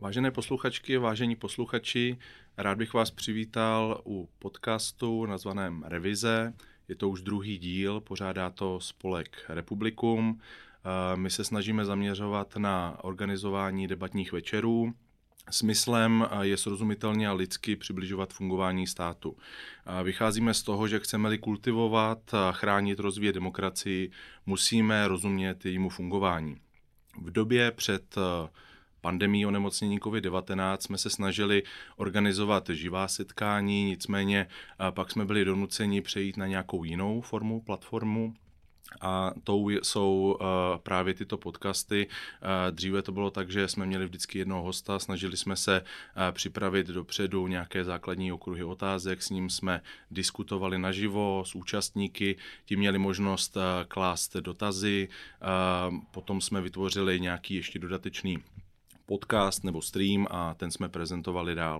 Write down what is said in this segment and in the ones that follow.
Vážené posluchačky, vážení posluchači, rád bych vás přivítal u podcastu nazvaném Revize. Je to už druhý díl, pořádá to spolek Republikum. My se snažíme zaměřovat na organizování debatních večerů. Smyslem je srozumitelně a lidsky přibližovat fungování státu. Vycházíme z toho, že chceme-li kultivovat, chránit, rozvíjet demokracii, musíme rozumět jejímu fungování. V době před pandemií onemocnění COVID-19 jsme se snažili organizovat živá setkání, nicméně pak jsme byli donuceni přejít na nějakou jinou platformu. A tou jsou právě tyto podcasty. Dříve to bylo tak, že jsme měli vždycky jednoho hosta, snažili jsme se připravit dopředu nějaké základní okruhy otázek, s ním jsme diskutovali naživo s účastníky, ti měli možnost klást dotazy, potom jsme vytvořili nějaký ještě dodatečný podcast nebo stream a ten jsme prezentovali dál.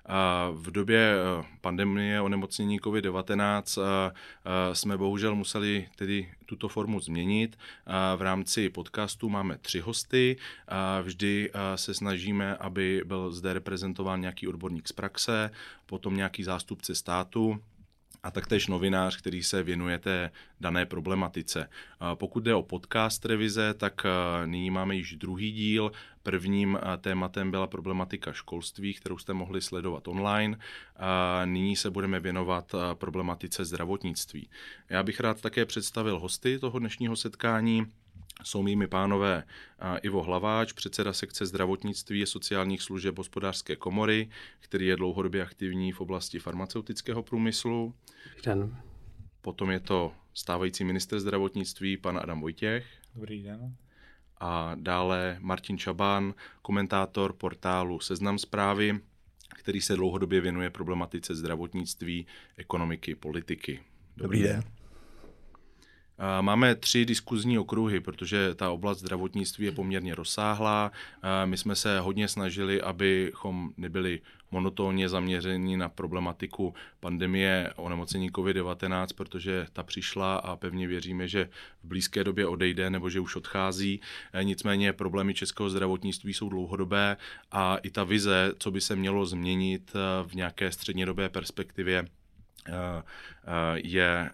V době pandemie onemocnění COVID-19 jsme bohužel museli tedy tuto formu změnit. V rámci podcastu máme 3 hosty. Vždy se snažíme, aby byl zde reprezentován nějaký odborník z praxe, potom nějaký zástupce státu a taktéž novinář, který se věnuje té dané problematice. Pokud jde o podcast Revize, tak nyní máme již druhý díl. Prvním tématem byla problematika školství, kterou jste mohli sledovat online. Nyní se budeme věnovat problematice zdravotnictví. Já bych rád také představil hosty toho dnešního setkání. Jsou mými pánové Ivo Hlaváč, předseda sekce zdravotnictví a sociálních služeb Hospodářské komory, který je dlouhodobě aktivní v oblasti farmaceutického průmyslu. Den. Potom je to stávající ministr zdravotnictví, pan Adam Vojtěch. Dobrý den. A dále Martin Čabán, komentátor portálu Seznam Zprávy, který se dlouhodobě věnuje problematice zdravotnictví, ekonomiky, politiky. Dobrý den. Máme 3 diskuzní okruhy, protože ta oblast zdravotnictví je poměrně rozsáhlá. My jsme se hodně snažili, abychom nebyli monotónně zaměření na problematiku pandemie onemocnění COVID-19, protože ta přišla a pevně věříme, že v blízké době odejde nebo že už odchází. Nicméně problémy českého zdravotnictví jsou dlouhodobé a i ta vize, co by se mělo změnit v nějaké střednědobé perspektivě, je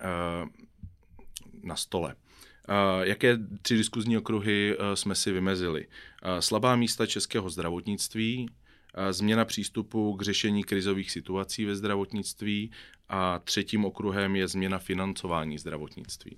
na stole. Jaké 3 diskuzní okruhy jsme si vymezili? Slabá místa českého zdravotnictví, změna přístupu k řešení krizových situací ve zdravotnictví a 3. okruhem je změna financování zdravotnictví.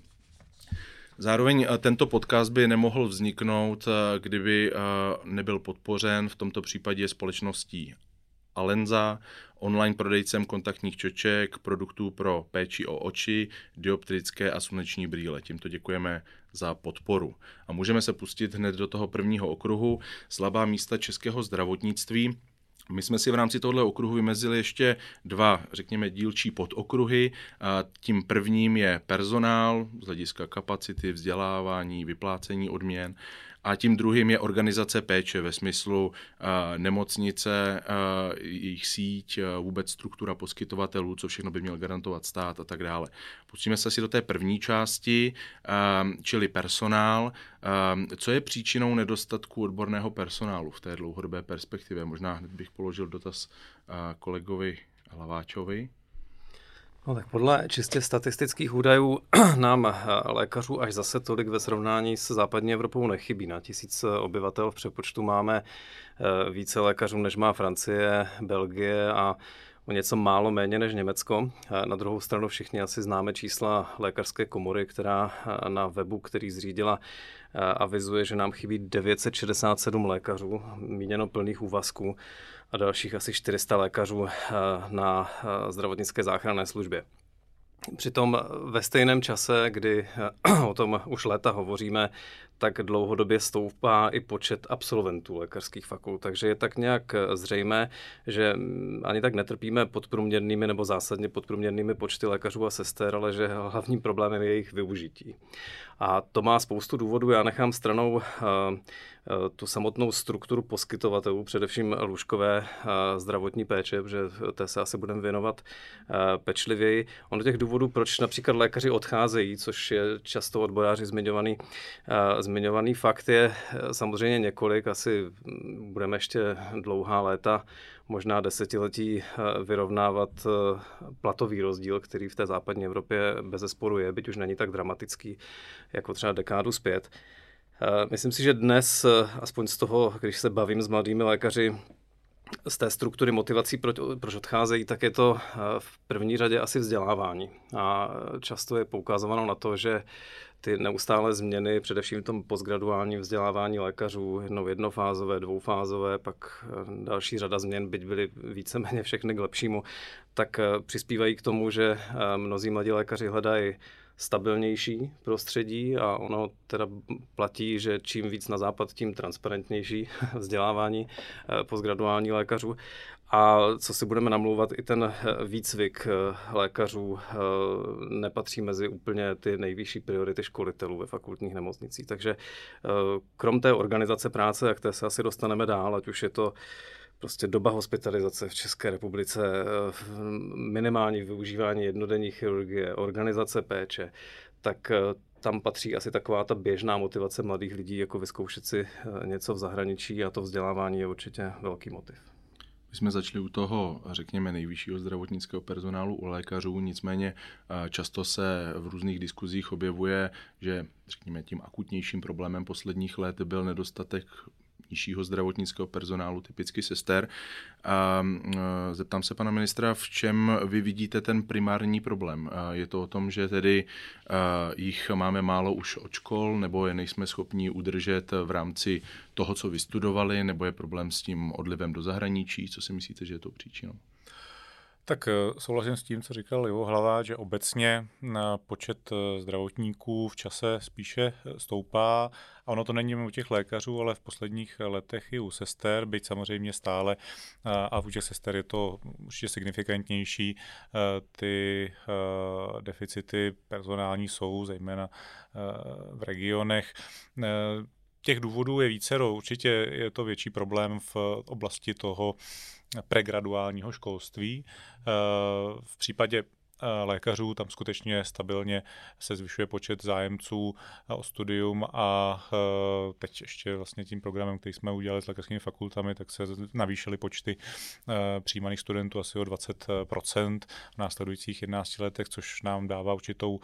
Zároveň tento podcast by nemohl vzniknout, kdyby nebyl podpořen v tomto případě společností Alenza, online prodejcem kontaktních čoček, produktů pro péči o oči, dioptrické a sluneční brýle. Tímto děkujeme za podporu. A můžeme se pustit hned do toho prvního okruhu, slabá místa českého zdravotnictví. My jsme si v rámci tohoto okruhu vymezili ještě 2, řekněme, dílčí podokruhy. Tím prvním je personál z hlediska kapacity, vzdělávání, vyplácení odměn. A tím druhým je organizace péče ve smyslu nemocnice, jejich síť, vůbec struktura poskytovatelů, co všechno by měl garantovat stát a tak dále. Pustíme se asi do té první části, čili personál. Co je příčinou nedostatku odborného personálu v té dlouhodobé perspektivě? Možná hned bych položil dotaz kolegovi Hlaváčovi. No tak podle čistě statistických údajů nám lékařů až zase tolik ve srovnání s západní Evropou nechybí. Na 1000 obyvatel v přepočtu máme více lékařů, než má Francie, Belgie a o něco málo méně než Německo. Na druhou stranu všichni asi známe čísla lékařské komory, která na webu, který zřídila, avizuje, že nám chybí 967 lékařů, míněno plných úvazků a dalších asi 400 lékařů na zdravotnické záchranné službě. Přitom ve stejném čase, kdy o tom už léta hovoříme, tak dlouhodobě stoupá i počet absolventů lékařských fakult. Takže je tak nějak zřejmé, že ani tak netrpíme podprůměrnými nebo zásadně podprůměrnými počty lékařů a sester, ale že hlavním problémem je jejich využití. A to má spoustu důvodů. Já nechám stranou tu samotnou strukturu poskytovatelů, především lůžkové zdravotní péče, protože té se asi budeme věnovat pečlivěji. Ono těch důvodů důvodů, proč například lékaři odcházejí, což je často odboráři zmiňovaný fakt, je samozřejmě několik, asi budeme ještě dlouhá léta, možná desetiletí vyrovnávat platový rozdíl, který v té západní Evropě bezesporu je, byť už není tak dramatický jako třeba dekádu zpět. Myslím si, že dnes, aspoň z toho, když se bavím s mladými lékaři, z té struktury motivací, proč odcházejí, tak je to v první řadě asi vzdělávání. A často je poukázováno na to, že ty neustálé změny, především v tom postgraduálním vzdělávání lékařů, jednofázové, dvoufázové, pak další řada změn, byť byly víceméně všechny k lepšímu, tak přispívají k tomu, že mnozí mladí lékaři hledají stabilnější prostředí a ono teda platí, že čím víc na západ, tím transparentnější vzdělávání postgraduální lékařů. A co si budeme namlouvat, i ten výcvik lékařů nepatří mezi úplně ty nejvyšší priority školitelů ve fakultních nemocnicích. Takže krom té organizace práce, jak té se asi dostaneme dál, ať už je to prostě doba hospitalizace v České republice, minimální využívání jednodenní chirurgie, organizace péče, tak tam patří asi taková ta běžná motivace mladých lidí, jako vyzkoušet si něco v zahraničí, a to vzdělávání je určitě velký motiv. My jsme začali u toho, řekněme, nejvyššího zdravotnického personálu, u lékařů, nicméně často se v různých diskuzích objevuje, že řekněme tím akutnějším problémem posledních let byl nedostatek nižšího zdravotnického personálu, typicky sester. A zeptám se pana ministra, v čem vy vidíte ten primární problém? Je to o tom, že tedy jich máme málo už od škol, nebo je nejsme schopni udržet v rámci toho, co vystudovali, nebo je problém s tím odlivem do zahraničí? Co si myslíte, že je to příčinou? Tak souhlasím s tím, co říkal Ivo Hlaváč, že obecně počet zdravotníků v čase spíše stoupá. A ono to není jen u těch lékařů, ale v posledních letech i u sester, byť samozřejmě stále, a u těch sester je to určitě signifikantnější, ty deficity personální jsou, zejména v regionech. Těch důvodů je vícero. Určitě je to větší problém v oblasti toho pregraduálního školství. V případě lékařů tam skutečně stabilně se zvyšuje počet zájemců o studium a teď ještě vlastně tím programem, který jsme udělali s lékařskými fakultami, tak se navýšily počty přijímaných studentů asi o 20% v následujících 11 letech, což nám dává určitou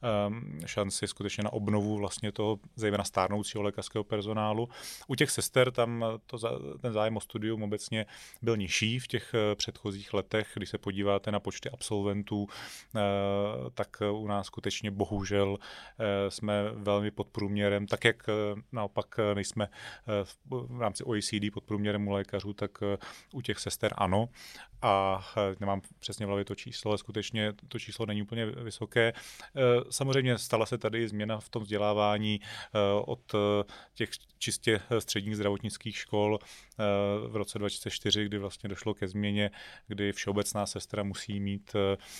šanci skutečně na obnovu vlastně toho zejména stárnoucího lékařského personálu. U těch sester tam ten zájem o studium obecně byl nižší v těch předchozích letech. Když se podíváte na počty absolventů, tak u nás skutečně bohužel jsme velmi pod průměrem, tak jak naopak nejsme v rámci OECD pod průměrem u lékařů, tak u těch sester ano. A nemám přesně v hlavě to číslo, ale skutečně to číslo není úplně vysoké. Samozřejmě stala se tady změna v tom vzdělávání od těch čistě středních zdravotnických škol v roce 2004, kdy vlastně došlo ke změně, kdy všeobecná sestra musí mít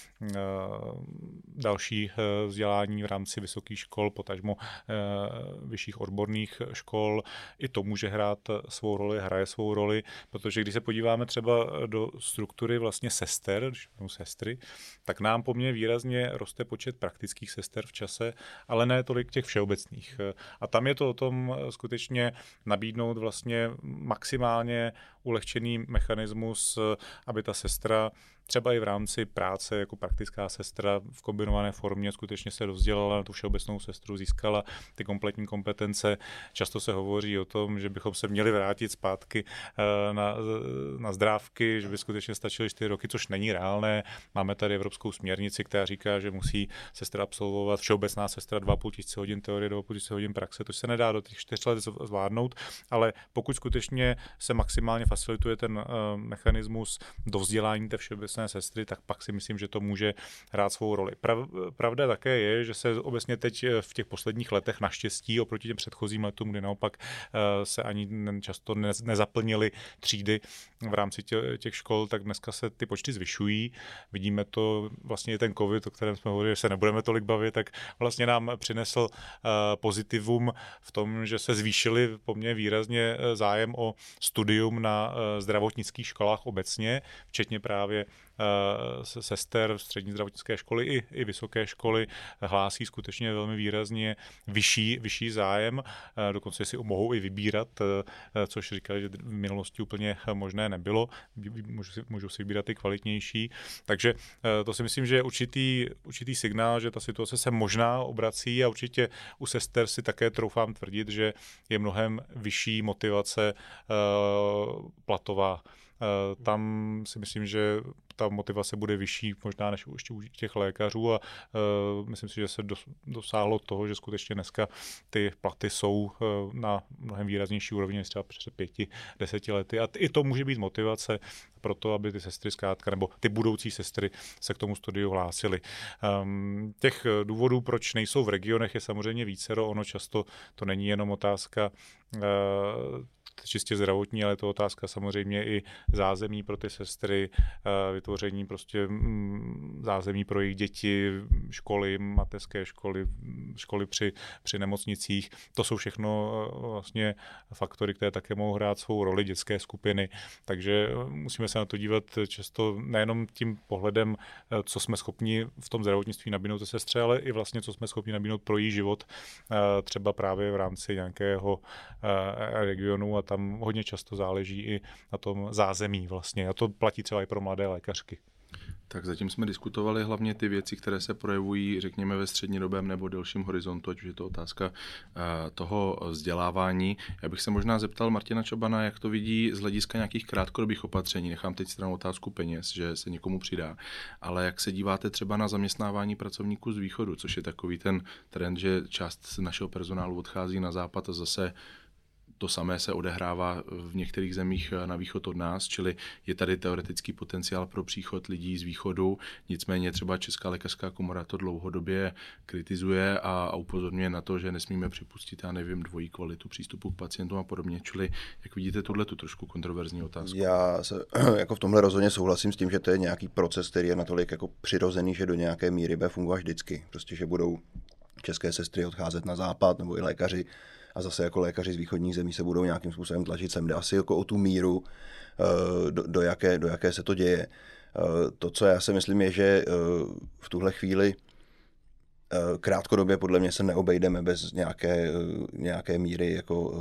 další vzdělání v rámci vysokých škol, potažmo vyšších odborných škol. I to může hrát svou roli, hraje svou roli, protože když se podíváme třeba do struktury vlastně sester, sestry, tak nám poměrně výrazně roste počet praktických sester v čase, ale ne tolik těch všeobecných. A tam je to o tom skutečně nabídnout vlastně maximálně ulehčený mechanismus, aby ta sestra třeba i v rámci práce jako praktická sestra v kombinované formě skutečně se dovzdělala na tu všeobecnou sestru, získala ty kompletní kompetence. Často se hovoří o tom, že bychom se měli vrátit zpátky na zdrávky, že by skutečně stačily 4 roky, což není reálné. Máme tady evropskou směrnici, která říká, že musí sestra absolvovat, všeobecná sestra 2,5 tisíce hodin teorie, 2,5 tisíce hodin praxe, to se nedá do těch 4 let zvládnout, ale pokud skutečně se maximálně facilituje ten mechanismus dovzdělání té všeobecné sestry, tak pak si myslím, že to může hrát svou roli. Pravda také je, že se obecně teď v těch posledních letech naštěstí oproti těm předchozím letům, kdy naopak se ani často nezaplnily třídy v rámci těch škol, tak dneska se ty počty zvyšují. Vidíme to vlastně i ten covid, o kterém jsme hovorili, že se nebudeme tolik bavit, tak vlastně nám přinesl pozitivum v tom, že se zvýšily poměrně výrazně zájem o studium na zdravotnických školách obecně, včetně právě sester střední zdravotnické školy i vysoké školy hlásí skutečně velmi výrazně vyšší zájem, dokonce si mohou i vybírat, což říkali, že v minulosti úplně možné nebylo, můžou si vybírat i kvalitnější, takže to si myslím, že je určitý signál, že ta situace se možná obrací a určitě u sester si také troufám tvrdit, že je mnohem vyšší motivace platová. Tam si myslím, že ta motivace bude vyšší možná než ještě u těch lékařů a myslím si, že se dosáhlo toho, že skutečně dneska ty platy jsou na mnohem výraznější úrovni než třeba před 5-10 lety a i to může být motivace pro to, aby ty sestry zkrátka, nebo ty budoucí sestry se k tomu studiu hlásily. Těch důvodů, proč nejsou v regionech, je samozřejmě vícero. Ono často to není jenom otázka čistě zdravotní, ale je to otázka samozřejmě i zázemí pro ty sestry, vytvoření prostě zázemí pro jejich děti, školy, mateřské školy při nemocnicích. To jsou všechno vlastně faktory, které také mohou hrát svou roli, dětské skupiny. Takže musíme se na to dívat často nejenom tím pohledem, co jsme schopni v tom zdravotnictví nabídnout té sestře, ale i vlastně, co jsme schopni nabídnout pro její život, třeba právě v rámci nějakého regionu a tam hodně často záleží i na tom zázemí vlastně. A to platí třeba i pro mladé lékařky. Tak zatím jsme diskutovali hlavně ty věci, které se projevují, řekněme, ve střednědobém nebo delším horizontu, ať už je to otázka toho vzdělávání. Já bych se možná zeptal Martina Čobana, jak to vidí z hlediska nějakých krátkodobých opatření. Nechám teď stranou otázku peněz, že se někomu přidá. Ale jak se díváte třeba na zaměstnávání pracovníků z východu, což je takový ten trend, že část našeho personálu odchází na západ a zase to samé se odehrává v některých zemích na východ od nás, čili je tady teoretický potenciál pro příchod lidí z východu, nicméně třeba Česká lékařská komora to dlouhodobě kritizuje a upozorňuje na to, že nesmíme připustit, dvojí kvalitu přístupu k pacientům a podobně, čili jak vidíte tu trošku kontroverzní otázku? Já se jako v tomhle rozhodně souhlasím s tím, že to je nějaký proces, který je natolik jako přirozený, že do nějaké míry bude fungovat vždycky, prostě že budou české sestry odcházet na západ nebo i lékaři a zase jako lékaři z východních zemí se budou nějakým způsobem tlačit sem. Jde asi jako o tu míru, do jaké se to děje. To, co já si myslím, je, že v tuhle chvíli krátkodobě podle mě se neobejdeme bez nějaké míry jako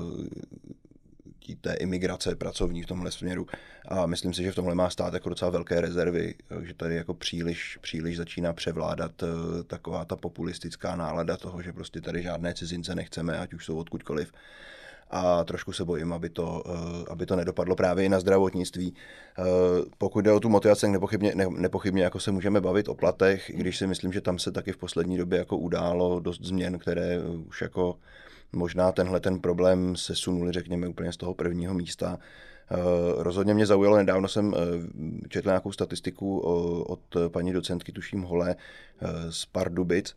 té imigrace pracovní v tomhle směru. A myslím si, že v tomhle má stát jako docela velké rezervy, že tady jako příliš začíná převládat taková ta populistická nálada toho, že prostě tady žádné cizince nechceme, ať už jsou odkudkoliv. A trošku se bojím, aby to nedopadlo právě i na zdravotnictví. Pokud jde o tu motivaci, nepochybně jako se můžeme bavit o platech, i když si myslím, že tam se taky v poslední době jako událo dost změn, které už jako možná ten problém se sunuli, řekněme, úplně z toho prvního místa. Rozhodně mě zaujalo, nedávno jsem četl nějakou statistiku od paní docentky, tuším Hole, z Pardubic,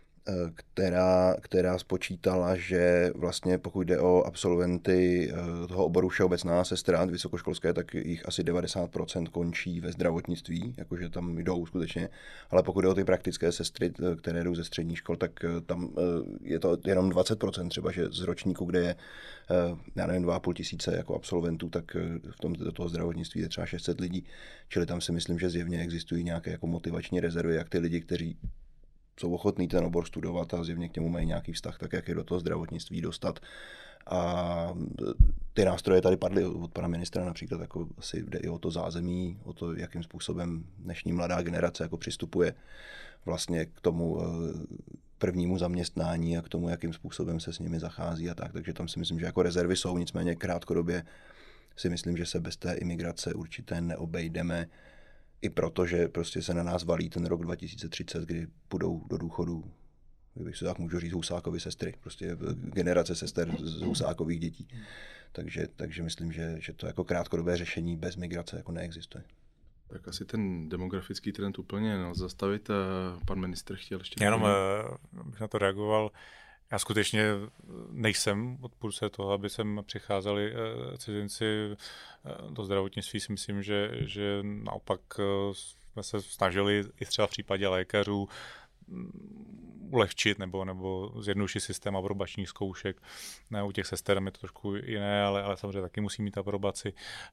která spočítala, že vlastně pokud jde o absolventy toho oboru všeobecná sestra vysokoškolské, tak jich asi 90% končí ve zdravotnictví, jakože tam jdou skutečně, ale pokud jde o ty praktické sestry, které jdou ze střední škol, tak tam je to jenom 20% třeba, že z ročníku, kde je, já nevím, 2,5 tisíce jako absolventů, tak do toho zdravotnictví je třeba 600 lidí, čili tam si myslím, že zjevně existují nějaké jako motivační rezervy, jak ty lidi, kteří jsou ochotní ten obor studovat a zjevně k němu mají nějaký vztah, tak jak je do toho zdravotnictví dostat. A ty nástroje tady padly od pana ministra například, jako asi jde i o to zázemí, o to, jakým způsobem dnešní mladá generace jako přistupuje vlastně k tomu prvnímu zaměstnání a k tomu, jakým způsobem se s nimi zachází a tak. Takže tam si myslím, že jako rezervy jsou, nicméně krátkodobě si myslím, že se bez té imigrace určitě neobejdeme, i proto, že prostě se na nás valí ten rok 2030, kdy půjdou do důchodu, kdybych se tak můžu říct, Husákovy sestry, prostě generace sester z Husákových dětí. Takže myslím, že to jako krátkodobé řešení bez migrace jako neexistuje. Tak asi ten demografický trend úplně nelze zastavit. Pan ministr chtěl ještě... Jenom bych na to reagoval. Já skutečně nejsem odpůrce toho, aby sem přicházeli cizinci do zdravotnictví. Si myslím, že naopak jsme se snažili i třeba v případě lékařů ulehčit nebo zjednodušit systém aprobačních zkoušek. U těch sester je to trošku jiné, ale samozřejmě taky musí mít aprobaci.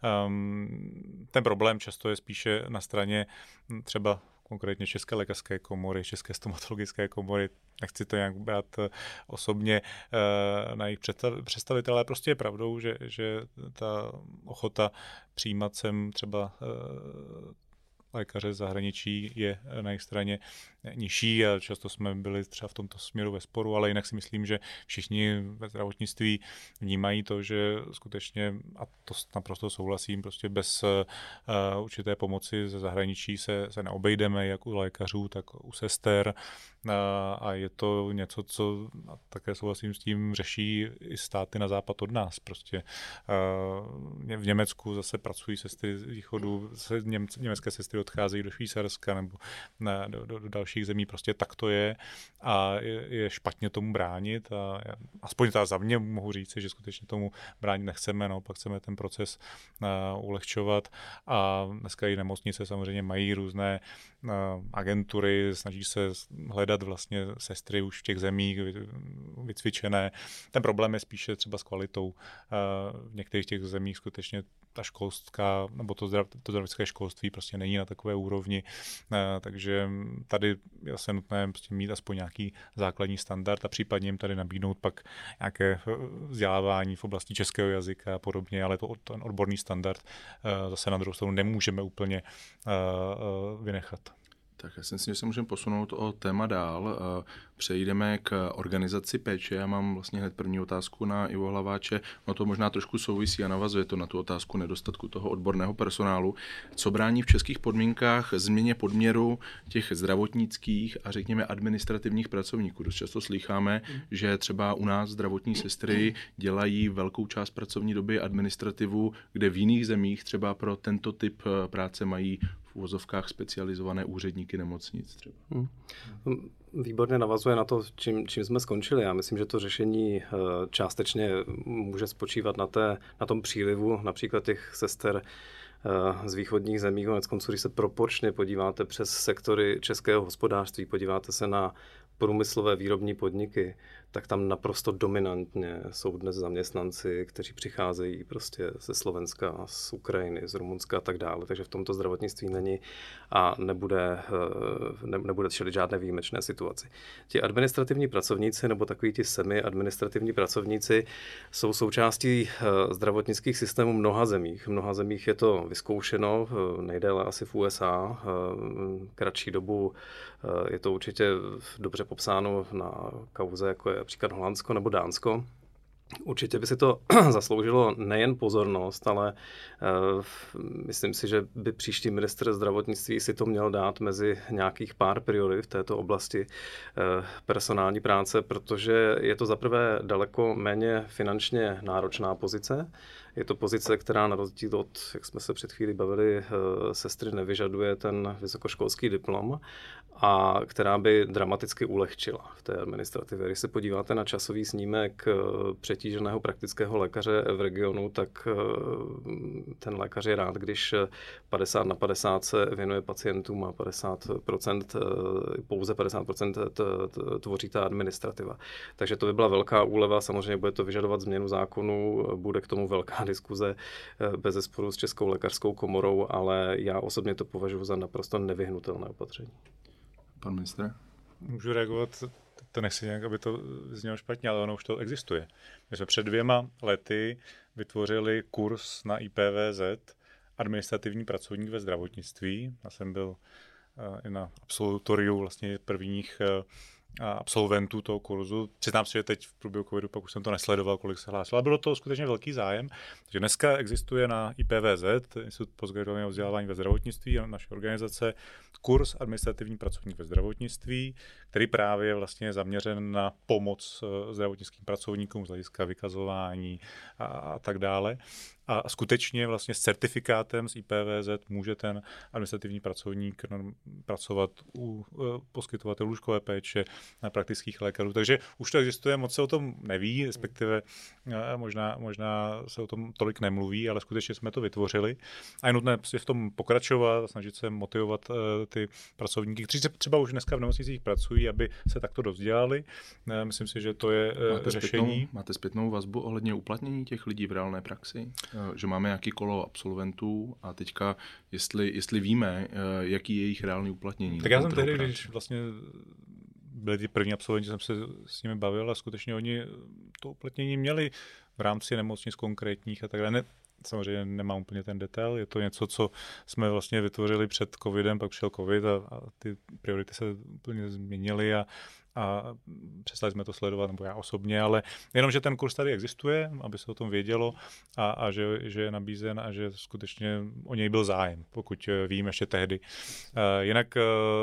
Ten problém často je spíše na straně třeba konkrétně České lékařské komory, České stomatologické komory. Nechci to nějak brát osobně na jejich představitele, ale prostě je pravdou, že ta ochota přijímat sem třeba lékaře z zahraničí je na jejich straně nižší a často jsme byli třeba v tomto směru ve sporu, ale jinak si myslím, že všichni ve zdravotnictví vnímají to, že skutečně, a to naprosto souhlasím, prostě bez určité pomoci ze zahraničí se neobejdeme, jak u lékařů, tak u sester a je to něco, co a také souhlasím s tím, řeší i státy na západ od nás. Prostě v Německu zase pracují sestry z východu, německé sestry odcházejí do Švýcarska nebo do dalších zemí, prostě tak to je a je špatně tomu bránit a aspoň za mě mohu říct, že skutečně tomu bránit nechceme, naopak chceme ten proces ulehčovat a dneska i nemocnice samozřejmě mají různé agentury, snaží se hledat vlastně sestry už v těch zemích vycvičené. Ten problém je spíše třeba s kvalitou. V některých těch zemích skutečně ta školská, nebo to zdravotnické školství prostě není na takové úrovni, takže tady je zase nutné prostě mít aspoň nějaký základní standard a případně jim tady nabídnout pak nějaké vzdělávání v oblasti českého jazyka a podobně, ale ten odborný standard zase na druhou stranu nemůžeme úplně vynechat. Tak já si myslím, že se můžeme posunout o téma dál. Přejdeme k organizaci péče. Já mám vlastně hned první otázku na Ivo Hlaváče. No to možná trošku souvisí a navazuje to na tu otázku nedostatku toho odborného personálu. Co brání v českých podmínkách změně podměru těch zdravotnických a řekněme administrativních pracovníků? Dost často slýcháme, že třeba u nás zdravotní sestry dělají velkou část pracovní doby administrativu, kde v jiných zemích třeba pro tento typ práce mají v uvozovkách specializované úředníky nemocnic třeba. Výborně navazuje na to, čím jsme skončili. Já myslím, že to řešení částečně může spočívat na tom přílivu například těch sester z východních zemí. Koneckonců, když se proporčně podíváte přes sektory českého hospodářství, podíváte se na průmyslové výrobní podniky, tak tam naprosto dominantně jsou dnes zaměstnanci, kteří přicházejí prostě ze Slovenska, z Ukrajiny, z Rumunska a tak dále. Takže v tomto zdravotnictví není a nebude čelit žádné výjimečné situaci. Ti administrativní pracovníci nebo takoví ti semi-administrativní pracovníci jsou součástí zdravotnických systémů mnoha zemích. V mnoha zemích je to vyzkoušeno, nejdéle asi v USA, kratší dobu je to určitě dobře popsáno na kauze, jako je například Holandsko nebo Dánsko. Určitě by si to zasloužilo nejen pozornost, ale myslím si, že by příští ministr zdravotnictví si to měl dát mezi nějakých pár priorit v této oblasti personální práce, protože je to zaprvé daleko méně finančně náročná pozice. Je to pozice, která na rozdíl od, jak jsme se před chvílí bavili, sestry nevyžaduje ten vysokoškolský diplom a která by dramaticky ulehčila v té administrativě. Když se podíváte na časový snímek přetíženého praktického lékaře v regionu, tak ten lékař je rád, když 50/50 se věnuje pacientům a 50%, pouze 50% tvoří ta administrativa. Takže to by byla velká úleva, samozřejmě bude to vyžadovat změnu zákonu, bude k tomu velká diskuze bezesporu s Českou lékařskou komorou, ale já osobně to považuji za naprosto nevyhnutelné opatření. Pan ministr? Můžu reagovat, to nechci nějak, aby to znělo špatně, ale ono už to existuje. My jsme před 2 lety vytvořili kurz na IPVZ, administrativní pracovník ve zdravotnictví. Já jsem byl i na absolutoriu vlastně prvních absolventů toho kurzu. Přiznám si, že teď v průběhu covidu pak už jsem to nesledoval, kolik se hlásilo, ale bylo to skutečně velký zájem. Takže dneska existuje na IPVZ, Institut postgraduálního vzdělávání ve zdravotnictví, a naše organizace, kurz administrativní pracovník ve zdravotnictví, který právě je vlastně zaměřen na pomoc zdravotnickým pracovníkům z hlediska vykazování a tak dále. a skutečně vlastně s certifikátem z IPVZ může ten administrativní pracovník pracovat u poskytovatelů lůžkové péče, praktických lékařů. Takže už to existuje, moc se o tom neví, respektive možná se o tom tolik nemluví, ale skutečně jsme to vytvořili. A je nutné v tom pokračovat a snažit se motivovat ty pracovníky, kteří třeba už dneska v nemocnicích pracují, aby se takto dovzdělali. Myslím si, že to je řešení. Máte zpětnou vazbu ohledně uplatnění těch lidí v reálné praxi? Že máme nějaký kolo absolventů a teďka, jestli víme, jaký je jejich reálný uplatnění. Tak já jsem tehdy, když vlastně byli ty první absolventi, jsem se s nimi bavil a skutečně oni to uplatnění měli v rámci nemocnic konkrétních a tak dále. Samozřejmě nemám úplně ten detail, je to něco, co jsme vlastně vytvořili před covidem, pak přišel covid a ty priority se úplně změnily a přestali jsme to sledovat, nebo já osobně, ale jenom, že ten kurz tady existuje, aby se o tom vědělo a že je nabízen a že skutečně o něj byl zájem, pokud vím ještě tehdy. Jinak,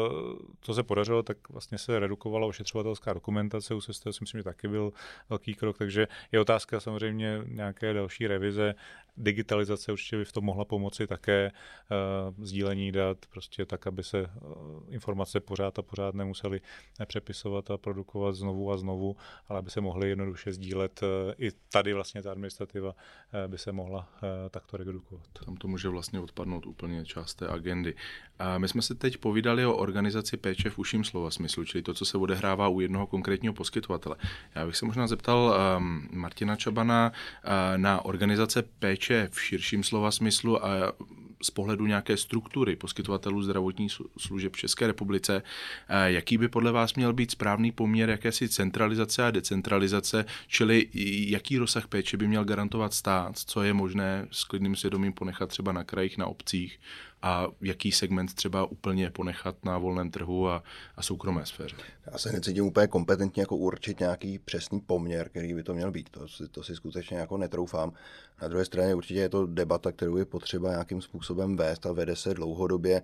co se podařilo, tak vlastně se redukovala ošetřovatelská dokumentace u sester, si myslím, že taky byl velký krok, takže je otázka samozřejmě nějaké další revize. Digitalizace určitě by v tom mohla pomoci také, sdílení dat, prostě tak, aby se informace pořád nemusely přepisovat a produkovat znovu a znovu, ale aby se mohly jednoduše sdílet. I tady vlastně ta administrativa by se mohla takto redukovat. Tam to může vlastně odpadnout úplně část té agendy. A my jsme se teď povídali o organizaci péče v užším slova smyslu, čili to, co se odehrává u jednoho konkrétního poskytovatele. Já bych se možná zeptal Martina Čabana na organizace péče v širším slova smyslu a z pohledu nějaké struktury poskytovatelů zdravotních služeb v České republice, jaký by podle vás měl být správný poměr jakési centralizace a decentralizace, čili jaký rozsah péče by měl garantovat stát, co je možné s klidným svědomím ponechat třeba na krajích, na obcích a jaký segment třeba úplně ponechat na volném trhu a soukromé sféře. Já se necítím úplně kompetentně jako určit nějaký přesný poměr, který by to měl být. To si skutečně jako netroufám. Na druhé straně určitě je to debata, kterou je potřeba nějakým způsobem vést a vede se dlouhodobě.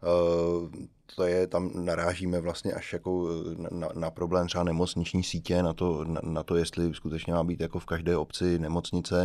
Tam narážíme vlastně až jako na problém třeba nemocniční sítě, na to, jestli skutečně má být jako v každé obci nemocnice.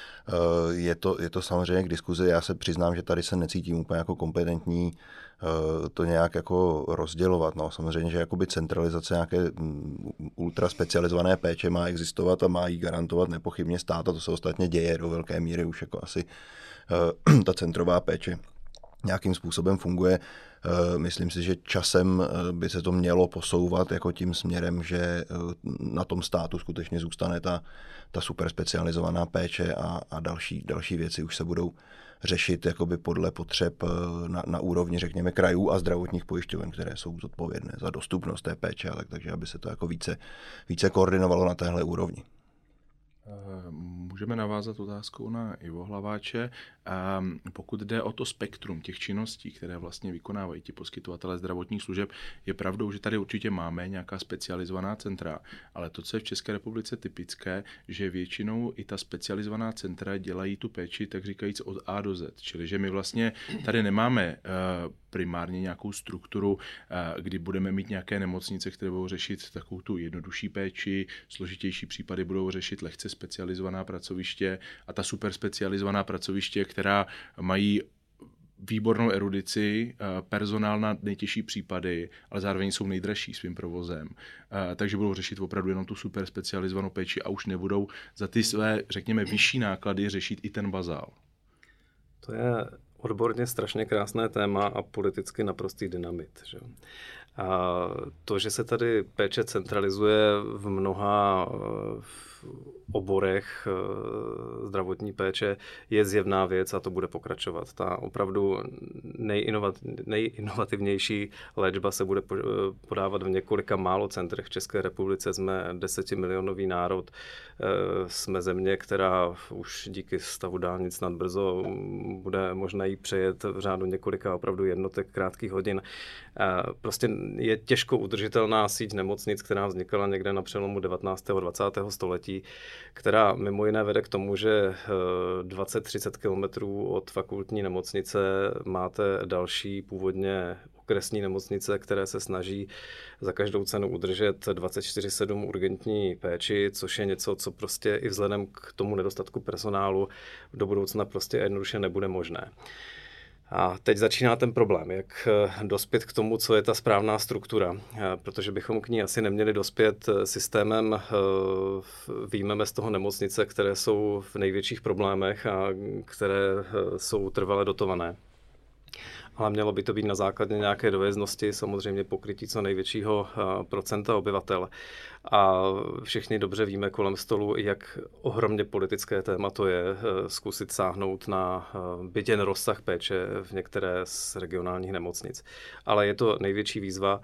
Je to samozřejmě k diskuzi. Já se přiznám, že tady se necítím úplně jako kompetentní to nějak jako rozdělovat. No, samozřejmě, že jakoby centralizace nějaké ultra specializované péče má existovat a má jí garantovat nepochybně stát, a to se ostatně děje do velké míry už jako asi ta centrová péče nějakým způsobem funguje. Myslím si, že časem by se to mělo posouvat jako tím směrem, že na tom státu skutečně zůstane ta super specializovaná péče a další věci už se budou řešit jakoby podle potřeb na úrovni, řekněme, krajů a zdravotních pojišťoven, které jsou zodpovědné za dostupnost té péče, takže aby se to jako více koordinovalo na téhle úrovni. Můžeme navázat otázkou na Ivo Hlaváče. Pokud jde o to spektrum těch činností, které vlastně vykonávají ti poskytovatelé zdravotních služeb, je pravdou, že tady určitě máme nějaká specializovaná centra, ale to, co je v České republice typické, že většinou i ta specializovaná centra dělají tu péči, tak říkajíc od A do Z. Čili, že my vlastně tady nemáme primárně nějakou strukturu, kdy budeme mít nějaké nemocnice, které budou řešit takovou tu jednodušší péči, složitější případy budou řešit lehce specializovaná pracoviště a ta super specializovaná pracoviště, která mají výbornou erudici, personál na nejtěžší případy, ale zároveň jsou nejdražší svým provozem. Takže budou řešit opravdu jenom tu super specializovanou péči a už nebudou za ty své, řekněme, vyšší náklady řešit i ten bazál. To je odborně strašně krásné téma a politicky naprostý dynamit. Že? A to, že se tady péče centralizuje v mnoha oborech zdravotní péče, je zjevná věc a to bude pokračovat. Ta opravdu nejinovativnější léčba se bude podávat v několika málo centrech. V České republice jsme 10milionový národ, jsme země, která už díky stavu dálnic nad brzo bude možná jí přejet v řádu několika opravdu jednotek krátkých hodin. Prostě je těžko udržitelná síť nemocnic, která vznikala někde na přelomu 19. a 20. století, která mimo jiné vede k tomu, že 20-30 kilometrů od fakultní nemocnice máte další původně okresní nemocnice, které se snaží za každou cenu udržet 24/7 urgentní péči, což je něco, co prostě i vzhledem k tomu nedostatku personálu do budoucna prostě jednoduše nebude možné. A teď začíná ten problém, jak dospět k tomu, co je ta správná struktura, protože bychom k ní asi neměli dospět systémem, vyjmeme z toho nemocnice, které jsou v největších problémech a které jsou trvale dotované. Ale mělo by to být na základě nějaké dojezdnosti, samozřejmě pokrytí co největšího procenta obyvatel. A všichni dobře víme kolem stolu, jak ohromně politické téma to je zkusit sáhnout na byť jen rozsah péče v některé z regionálních nemocnic. Ale je to největší výzva,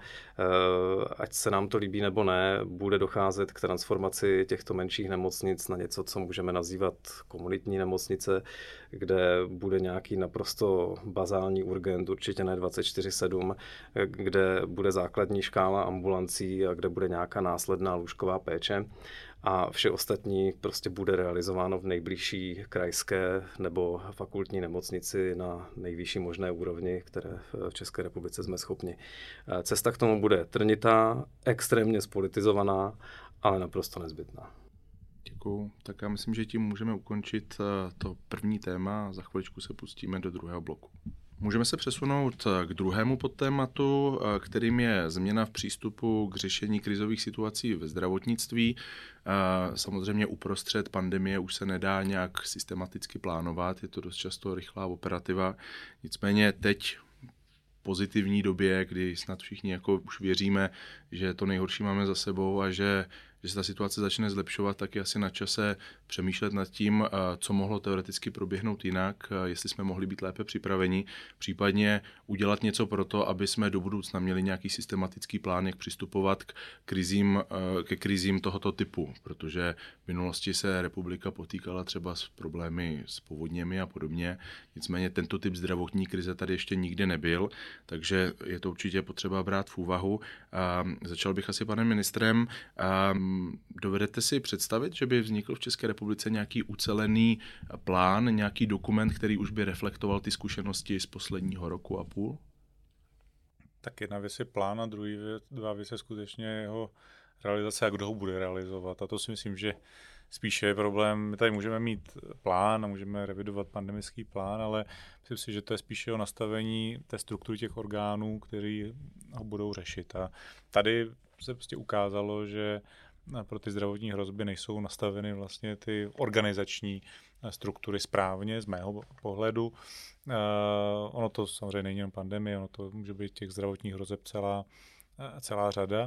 ať se nám to líbí nebo ne, bude docházet k transformaci těchto menších nemocnic na něco, co můžeme nazývat komunitní nemocnice, kde bude nějaký naprosto bazální urgent, určitě ne 24/7, kde bude základní škála ambulancí a kde bude nějaká následná lůžková péče a vše ostatní prostě bude realizováno v nejbližší krajské nebo fakultní nemocnici na nejvyšší možné úrovni, které v České republice jsme schopni. Cesta k tomu bude trnitá, extrémně spolitizovaná, ale naprosto nezbytná. Děkuju. Tak já myslím, že tím můžeme ukončit to první téma a za chviličku se pustíme do druhého bloku. Můžeme se přesunout k druhému podtématu, kterým je změna v přístupu k řešení krizových situací ve zdravotnictví. Samozřejmě uprostřed pandemie už se nedá nějak systematicky plánovat, je to dost často rychlá operativa. Nicméně teď pozitivní době, kdy snad všichni jako už věříme, že to nejhorší máme za sebou a že se ta situace začne zlepšovat, tak je asi na čase přemýšlet nad tím, co mohlo teoreticky proběhnout jinak, jestli jsme mohli být lépe připraveni, případně udělat něco pro to, aby jsme do budoucna měli nějaký systematický plán, jak přistupovat ke krizím tohoto typu, protože v minulosti se republika potýkala třeba s problémy s povodněmi a podobně, nicméně tento typ zdravotní krize tady ještě nikdy nebyl, takže je to určitě potřeba brát v úvahu. Začal bych asi panem ministrem. Dovedete si představit, že by vznikl v České republice nějaký ucelený plán, nějaký dokument, který už by reflektoval ty zkušenosti z posledního roku a půl? Tak jedna věc je plán a druhá věc je skutečně jeho realizace a kdo ho bude realizovat. A to si myslím, že spíše je problém. My tady můžeme mít plán a můžeme revidovat pandemický plán, ale myslím si, že to je spíše o nastavení té struktury těch orgánů, který ho budou řešit. A tady se prostě ukázalo, že pro ty zdravotní hrozby nejsou nastaveny vlastně ty organizační struktury správně z mého pohledu. Ono to samozřejmě není jen pandemie, ono to může být těch zdravotních hrozeb celá řada.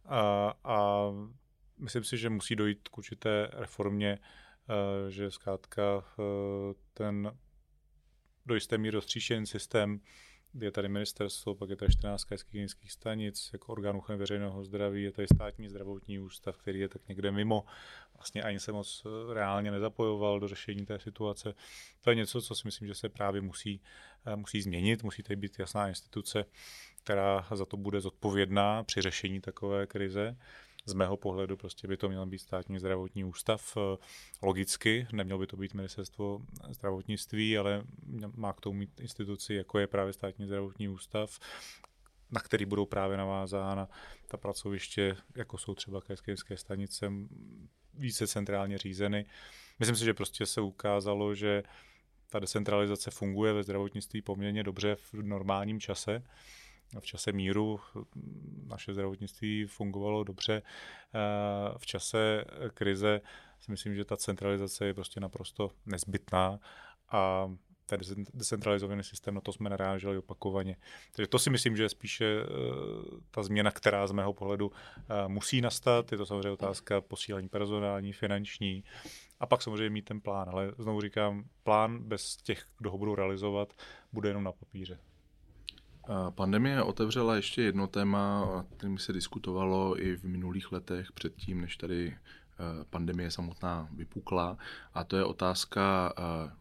A myslím si, že musí dojít k určité reformě, že zkrátka ten do jisté míry roztříštěný systém, je tady ministerstvo, pak je tady 14 krajských klinických stanic, jako orgán ochrany veřejného zdraví, je tady státní zdravotní ústav, který je tak někde mimo. Vlastně ani se moc reálně nezapojoval do řešení té situace. To je něco, co si myslím, že se právě musí změnit. Musí tady být jasná instituce, která za to bude zodpovědná při řešení takové krize. Z mého pohledu prostě by to měl být státní zdravotní ústav. Logicky, nemělo by to být ministerstvo zdravotnictví, ale má k tomu mít instituci, jako je právě státní zdravotní ústav, na který budou právě navázána ta pracoviště, jako jsou třeba krajské stanice, více centrálně řízeny. Myslím si, že prostě se ukázalo, že ta decentralizace funguje ve zdravotnictví poměrně dobře v normálním čase. V čase míru naše zdravotnictví fungovalo dobře. V čase krize si myslím, že ta centralizace je prostě naprosto nezbytná a ten decentralizovaný systém, na to jsme naráželi opakovaně. Takže to si myslím, že je spíše ta změna, která z mého pohledu musí nastat. Je to samozřejmě otázka posílení personální, finanční a pak samozřejmě mít ten plán. Ale znovu říkám, plán bez těch, kdo ho budou realizovat, bude jenom na papíře. Pandemie otevřela ještě jedno téma, o kterém se diskutovalo i v minulých letech předtím, než tady pandemie samotná vypukla, a to je otázka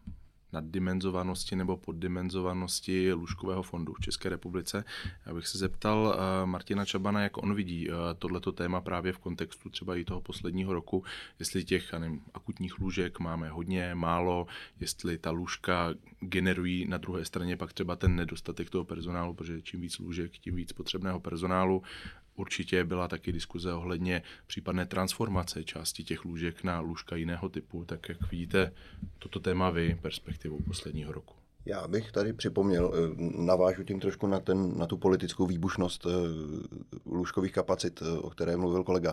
naddimenzovanosti nebo poddimenzovanosti lůžkového fondu v České republice. Já bych se zeptal Martina Čabana, jak on vidí tohleto téma právě v kontextu třeba i toho posledního roku, jestli těch akutních lůžek máme hodně, málo, jestli ta lůžka generují na druhé straně pak třeba ten nedostatek toho personálu, protože čím víc lůžek, tím víc potřebného personálu. Určitě byla taky diskuze ohledně případné transformace části těch lůžek na lůžka jiného typu. Tak jak vidíte toto téma vy perspektivou posledního roku? Já bych tady připomněl, navážu tím trošku na tu politickou výbušnost lůžkových kapacit, o které mluvil kolega.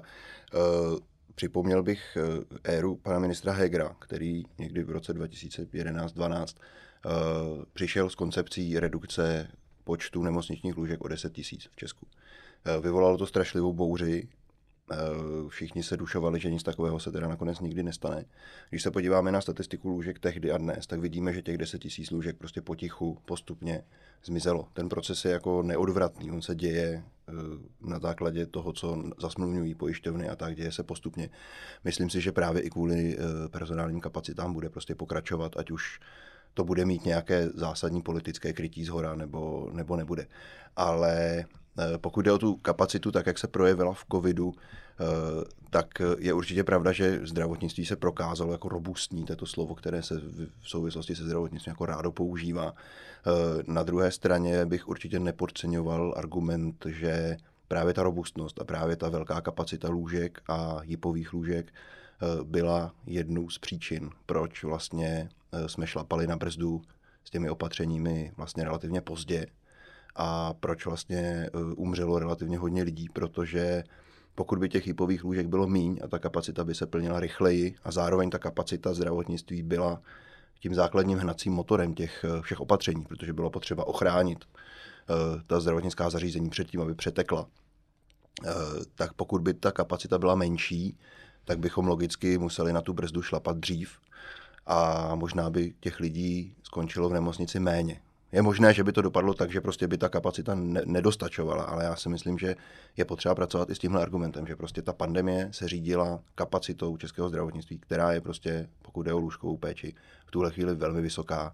Připomněl bych éru pana ministra Hegera, který někdy v roce 2011-12 přišel s koncepcí redukce počtu nemocničních lůžek o 10 000 v Česku. Vyvolalo to strašlivou bouři, všichni se dušovali, že nic takového se teda nakonec nikdy nestane. Když se podíváme na statistiku lůžek tehdy a dnes, tak vidíme, že těch 10 000 lůžek prostě potichu, postupně zmizelo. Ten proces je jako neodvratný, on se děje na základě toho, co zasmluvňují pojišťovny a tak, děje se postupně. Myslím si, že právě i kvůli personálním kapacitám bude prostě pokračovat, ať už to bude mít nějaké zásadní politické krytí zhora nebo nebude. Ale pokud jde o tu kapacitu, tak jak se projevila v covidu, tak je určitě pravda, že zdravotnictví se prokázalo jako robustní, to je to slovo, které se v souvislosti se zdravotnictvím jako rádo používá. Na druhé straně bych určitě nepodceňoval argument, že právě ta robustnost a právě ta velká kapacita lůžek a jipových lůžek byla jednou z příčin, proč vlastně jsme šlapali na brzdu s těmi opatřeními vlastně relativně pozdě a proč vlastně umřelo relativně hodně lidí, protože pokud by těch jipových lůžek bylo míň a ta kapacita by se plnila rychleji a zároveň ta kapacita zdravotnictví byla tím základním hnacím motorem těch všech opatření, protože bylo potřeba ochránit ta zdravotnická zařízení před tím, aby přetekla, tak pokud by ta kapacita byla menší, tak bychom logicky museli na tu brzdu šlapat dřív a možná by těch lidí skončilo v nemocnici méně. Je možné, že by to dopadlo tak, že prostě by ta kapacita nedostačovala, ale já si myslím, že je potřeba pracovat i s tímhle argumentem, že prostě ta pandemie se řídila kapacitou českého zdravotnictví, která je prostě, pokud jde o lůžkovou péči, v tuhle chvíli velmi vysoká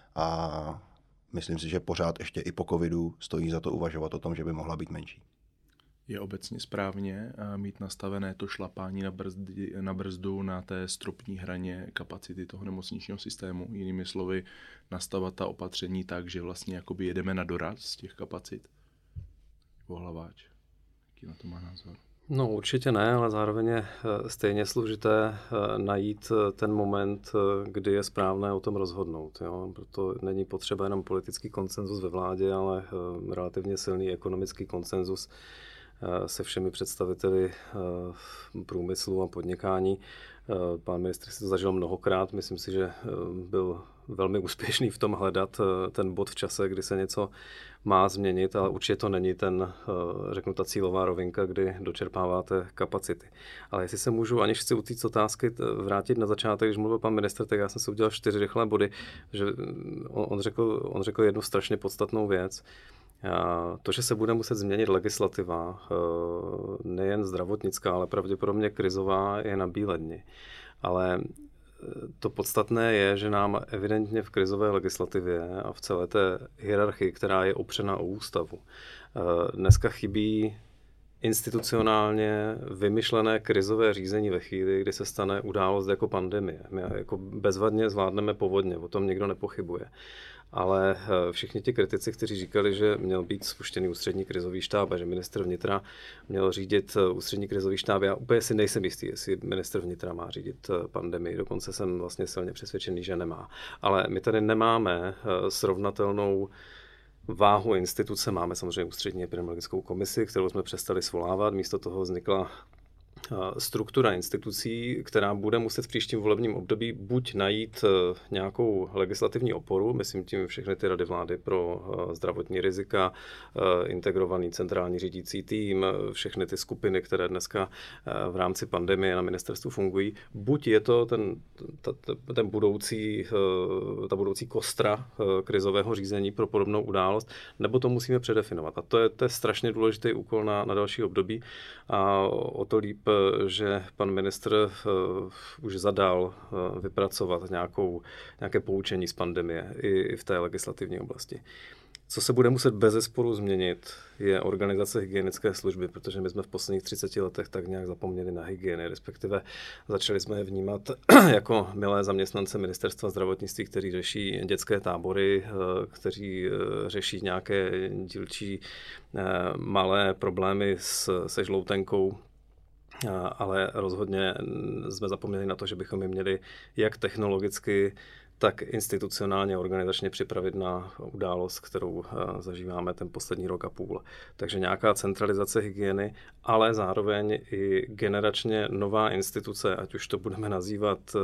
a myslím si, že pořád ještě i po covidu stojí za to uvažovat o tom, že by mohla být menší. Je obecně správně mít nastavené to šlapání na brzdu na té stropní hraně kapacity toho nemocničního systému. Jinými slovy, nastavovat ta opatření tak, že vlastně jakoby jedeme na doraz z těch kapacit? Hlaváč, jaký na to má názor? No určitě ne, ale zároveň je stejně složité najít ten moment, kdy je správné o tom rozhodnout. Jo? Proto není potřeba jenom politický konsenzus ve vládě, ale relativně silný ekonomický konsenzus se všemi představiteli průmyslu a podnikání. Pan ministr si to zažil mnohokrát, myslím si, že byl velmi úspěšný v tom hledat ten bod v čase, kdy se něco má změnit, ale určitě to není ta cílová rovinka, kdy dočerpáváte kapacity. Ale jestli se můžu, aniž chci utíct otázky, vrátit na začátek, když mluvil pan ministr, tak já jsem si udělal 4 rychlé body, že on řekl jednu strašně podstatnou věc. To, že se bude muset změnit legislativa, nejen zdravotnická, ale pravděpodobně krizová, je na bíledni. Ale to podstatné je, že nám evidentně v krizové legislativě a v celé té hierarchii, která je opřena o ústavu, dneska chybí institucionálně vymyšlené krizové řízení ve chvíli, kdy se stane událost jako pandemie. My jako bezvadně zvládneme povodně, o tom nikdo nepochybuje. Ale všichni ti kritici, kteří říkali, že měl být spuštěný ústřední krizový štáb a že ministr vnitra měl řídit ústřední krizový štáb, já úplně si nejsem jistý, jestli ministr vnitra má řídit pandemii, dokonce jsem vlastně silně přesvědčený, že nemá. Ale my tady nemáme srovnatelnou váhu instituce, máme samozřejmě ústřední epidemiologickou komisi, kterou jsme přestali svolávat, místo toho vznikla struktura institucí, která bude muset v příštím volebním období buď najít nějakou legislativní oporu, myslím tím všechny ty rady vlády pro zdravotní rizika, integrovaný centrální řídící tým, všechny ty skupiny, které dneska v rámci pandemie na ministerstvu fungují, buď je to ta budoucí kostra krizového řízení pro podobnou událost, nebo to musíme předefinovat. A to je strašně důležitý úkol na další období a o to líp že pan ministr už zadal vypracovat nějaké poučení z pandemie i v té legislativní oblasti. Co se bude muset bezesporu změnit, je organizace hygienické služby, protože my jsme v posledních 30 letech tak nějak zapomněli na hygieny, respektive začali jsme je vnímat jako milé zaměstnance ministerstva zdravotnictví, kteří řeší dětské tábory, kteří řeší nějaké dílčí malé problémy se žloutenkou, ale rozhodně jsme zapomněli na to, že bychom je měli jak technologicky, tak institucionálně organizačně připravit na událost, kterou zažíváme ten poslední rok a půl. Takže nějaká centralizace hygieny, ale zároveň i generačně nová instituce, ať už to budeme nazývat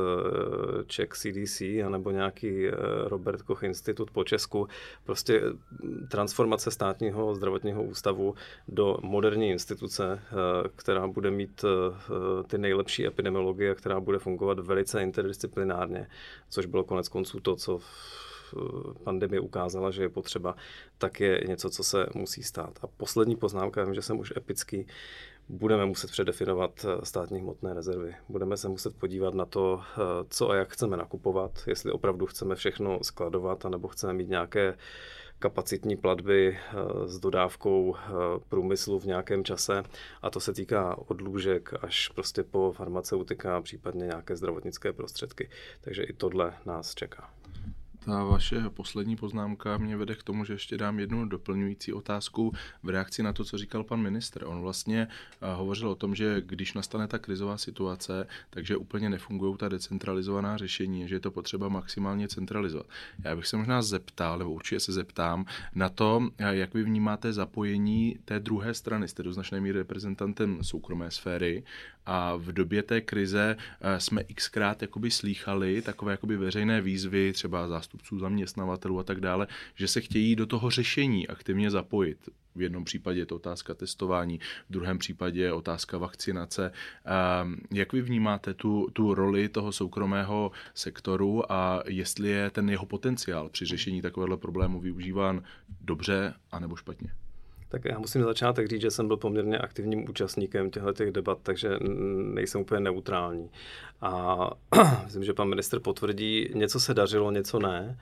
Czech CDC, anebo nějaký Robert Koch institut po Česku, prostě transformace státního zdravotního ústavu do moderní instituce, která bude mít ty nejlepší epidemiologie, která bude fungovat velice interdisciplinárně, což bylo konec konců to, co pandemie ukázala, že je potřeba, tak je něco, co se musí stát. A poslední poznámka, vím, že jsem už epický, budeme muset předefinovat státní hmotné rezervy. Budeme se muset podívat na to, co a jak chceme nakupovat, jestli opravdu chceme všechno skladovat, anebo chceme mít nějaké kapacitní platby s dodávkou průmyslu v nějakém čase. A to se týká od lůžek až prostě po farmaceutika, případně nějaké zdravotnické prostředky. Takže i tohle nás čeká. Ta vaše poslední poznámka mě vede k tomu, že ještě dám jednu doplňující otázku v reakci na to, co říkal pan ministr. On vlastně hovořil o tom, že když nastane ta krizová situace, takže úplně nefungují ta decentralizovaná řešení, že je to potřeba maximálně centralizovat. Já bych se možná zeptal, nebo určitě se zeptám, na to, jak vy vnímáte zapojení té druhé strany. Jste do značné míry reprezentantem soukromé sféry a v době té krize jsme xkrát jakoby slýchali takové jakoby veřejné výzvy, třeba zástupců zaměstnavatelů a tak dále, že se chtějí do toho řešení aktivně zapojit. V jednom případě je to otázka testování, v druhém případě je otázka vakcinace. Jak vy vnímáte tu roli toho soukromého sektoru a jestli je ten jeho potenciál při řešení takovéhle problému využíván dobře anebo špatně? Tak já musím na začátek říct, že jsem byl poměrně aktivním účastníkem těchto debat, takže nejsem úplně neutrální. A myslím, že pan ministr potvrdí, něco se dařilo, něco ne.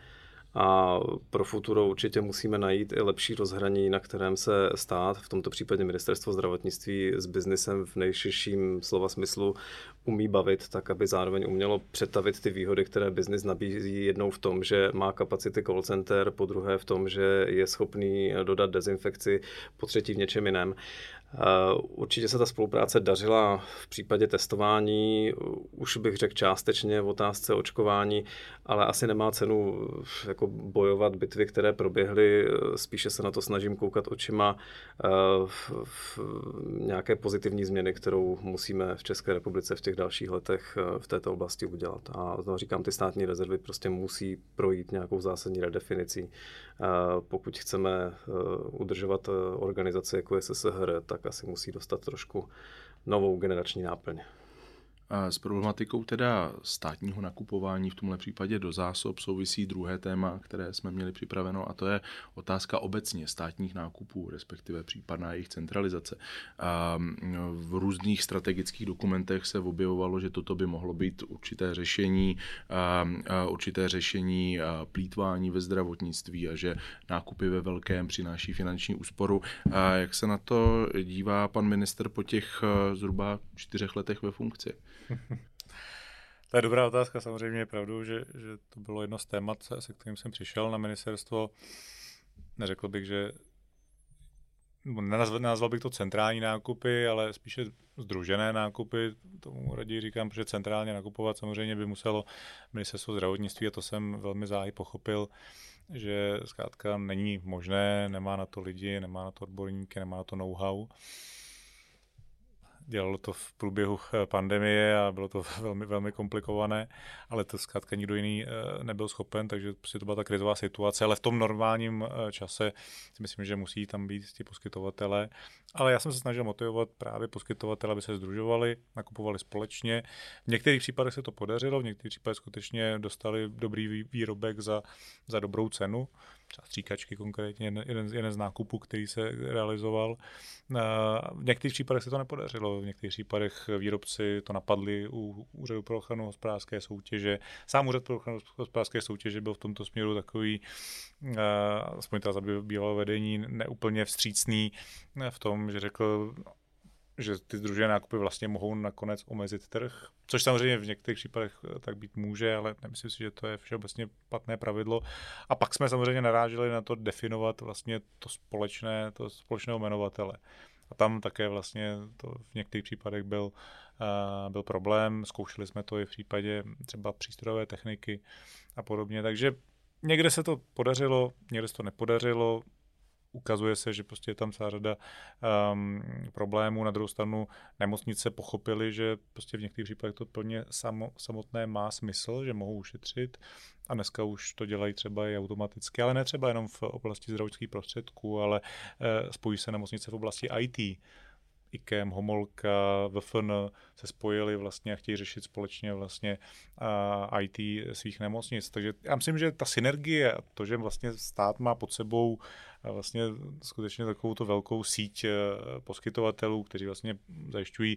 A pro futuro určitě musíme najít i lepší rozhraní, na kterém se stát, v tomto případě ministerstvo zdravotnictví s biznisem v nejširším slova smyslu umí bavit, tak aby zároveň umělo přetavit ty výhody, které biznis nabízí, jednou v tom, že má kapacity call center, po druhé v tom, že je schopný dodat dezinfekci, po třetí v něčem jiném. Určitě se ta spolupráce dařila v případě testování, už bych řekl částečně v otázce očkování, ale asi nemá cenu jako bojovat bitvy, které proběhly, spíše se na to snažím koukat očima v nějaké pozitivní změny, kterou musíme v České republice v těch dalších letech v této oblasti udělat. A znovu říkám, ty státní rezervy prostě musí projít nějakou zásadní redefinicí. Pokud chceme udržovat organizaci jako je SSHR, tak asi musí dostat trošku novou generační náplň. S problematikou teda státního nakupování v tomhle případě do zásob souvisí druhé téma, které jsme měli připraveno, a to je otázka obecně státních nákupů, respektive případná jejich centralizace. V různých strategických dokumentech se objevovalo, že toto by mohlo být určité řešení plýtvání ve zdravotnictví a že nákupy ve velkém přináší finanční úsporu. Jak se na to dívá pan ministr po těch zhruba 4 letech ve funkci? To je dobrá otázka, samozřejmě je pravdou, že to bylo jedno z témat, se kterým jsem přišel na ministerstvo. Neřekl bych, že nenazval bych to centrální nákupy, ale spíše sdružené nákupy, tomu raději říkám, protože centrálně nakupovat samozřejmě by muselo ministerstvo zdravotnictví a to jsem velmi záhy pochopil, že zkrátka není možné, nemá na to lidi, nemá na to odborníky, nemá na to know-how. Dělalo to v průběhu pandemie a bylo to velmi, velmi komplikované, ale to zkrátka nikdo jiný nebyl schopen, takže prostě to byla ta krizová situace, ale v tom normálním čase si myslím, že musí tam být ti poskytovatelé Ale já jsem se snažil motivovat právě poskytovatele, aby se sdružovali, nakupovali společně. V některých případech se to podařilo, v některých případech skutečně dostali dobrý výrobek za dobrou cenu. Třeba stříkačky konkrétně, jeden z nákupů, který se realizoval. V některých případech se to nepodařilo, v některých případech výrobci to napadli u Úřadu pro ochranu hospodářské soutěže. Sám Úřad pro ochranu hospodářské soutěže byl v tomto směru takový, aspoň teda za bývalého vedení, neúplně vstřícný v tom, že řekl, že ty sdružené nákupy vlastně mohou nakonec omezit trh, což samozřejmě v některých případech tak být může, ale nemyslím si, že to je všeobecně platné pravidlo. A pak jsme samozřejmě naráželi na to definovat vlastně to společného jmenovatele. A tam také vlastně to v některých případech byl problém. Zkoušeli jsme to i v případě třeba přístrojové techniky a podobně. Takže někde se to podařilo, někde se to nepodařilo. Ukazuje se, že prostě je tam celá řada problémů. Na druhou stranu nemocnice pochopily, že prostě v některých případech to plně samotné má smysl, že mohou ušetřit a dneska už to dělají třeba i automaticky, ale ne třeba jenom v oblasti zdravotnických prostředků, ale spojí se nemocnice v oblasti IT. IKEM, Homolka, VFN se spojili vlastně a chtějí řešit společně vlastně IT svých nemocnic. Takže já myslím, že ta synergie a to, že vlastně stát má pod sebou vlastně skutečně takovou to velkou síť poskytovatelů, kteří vlastně zajišťují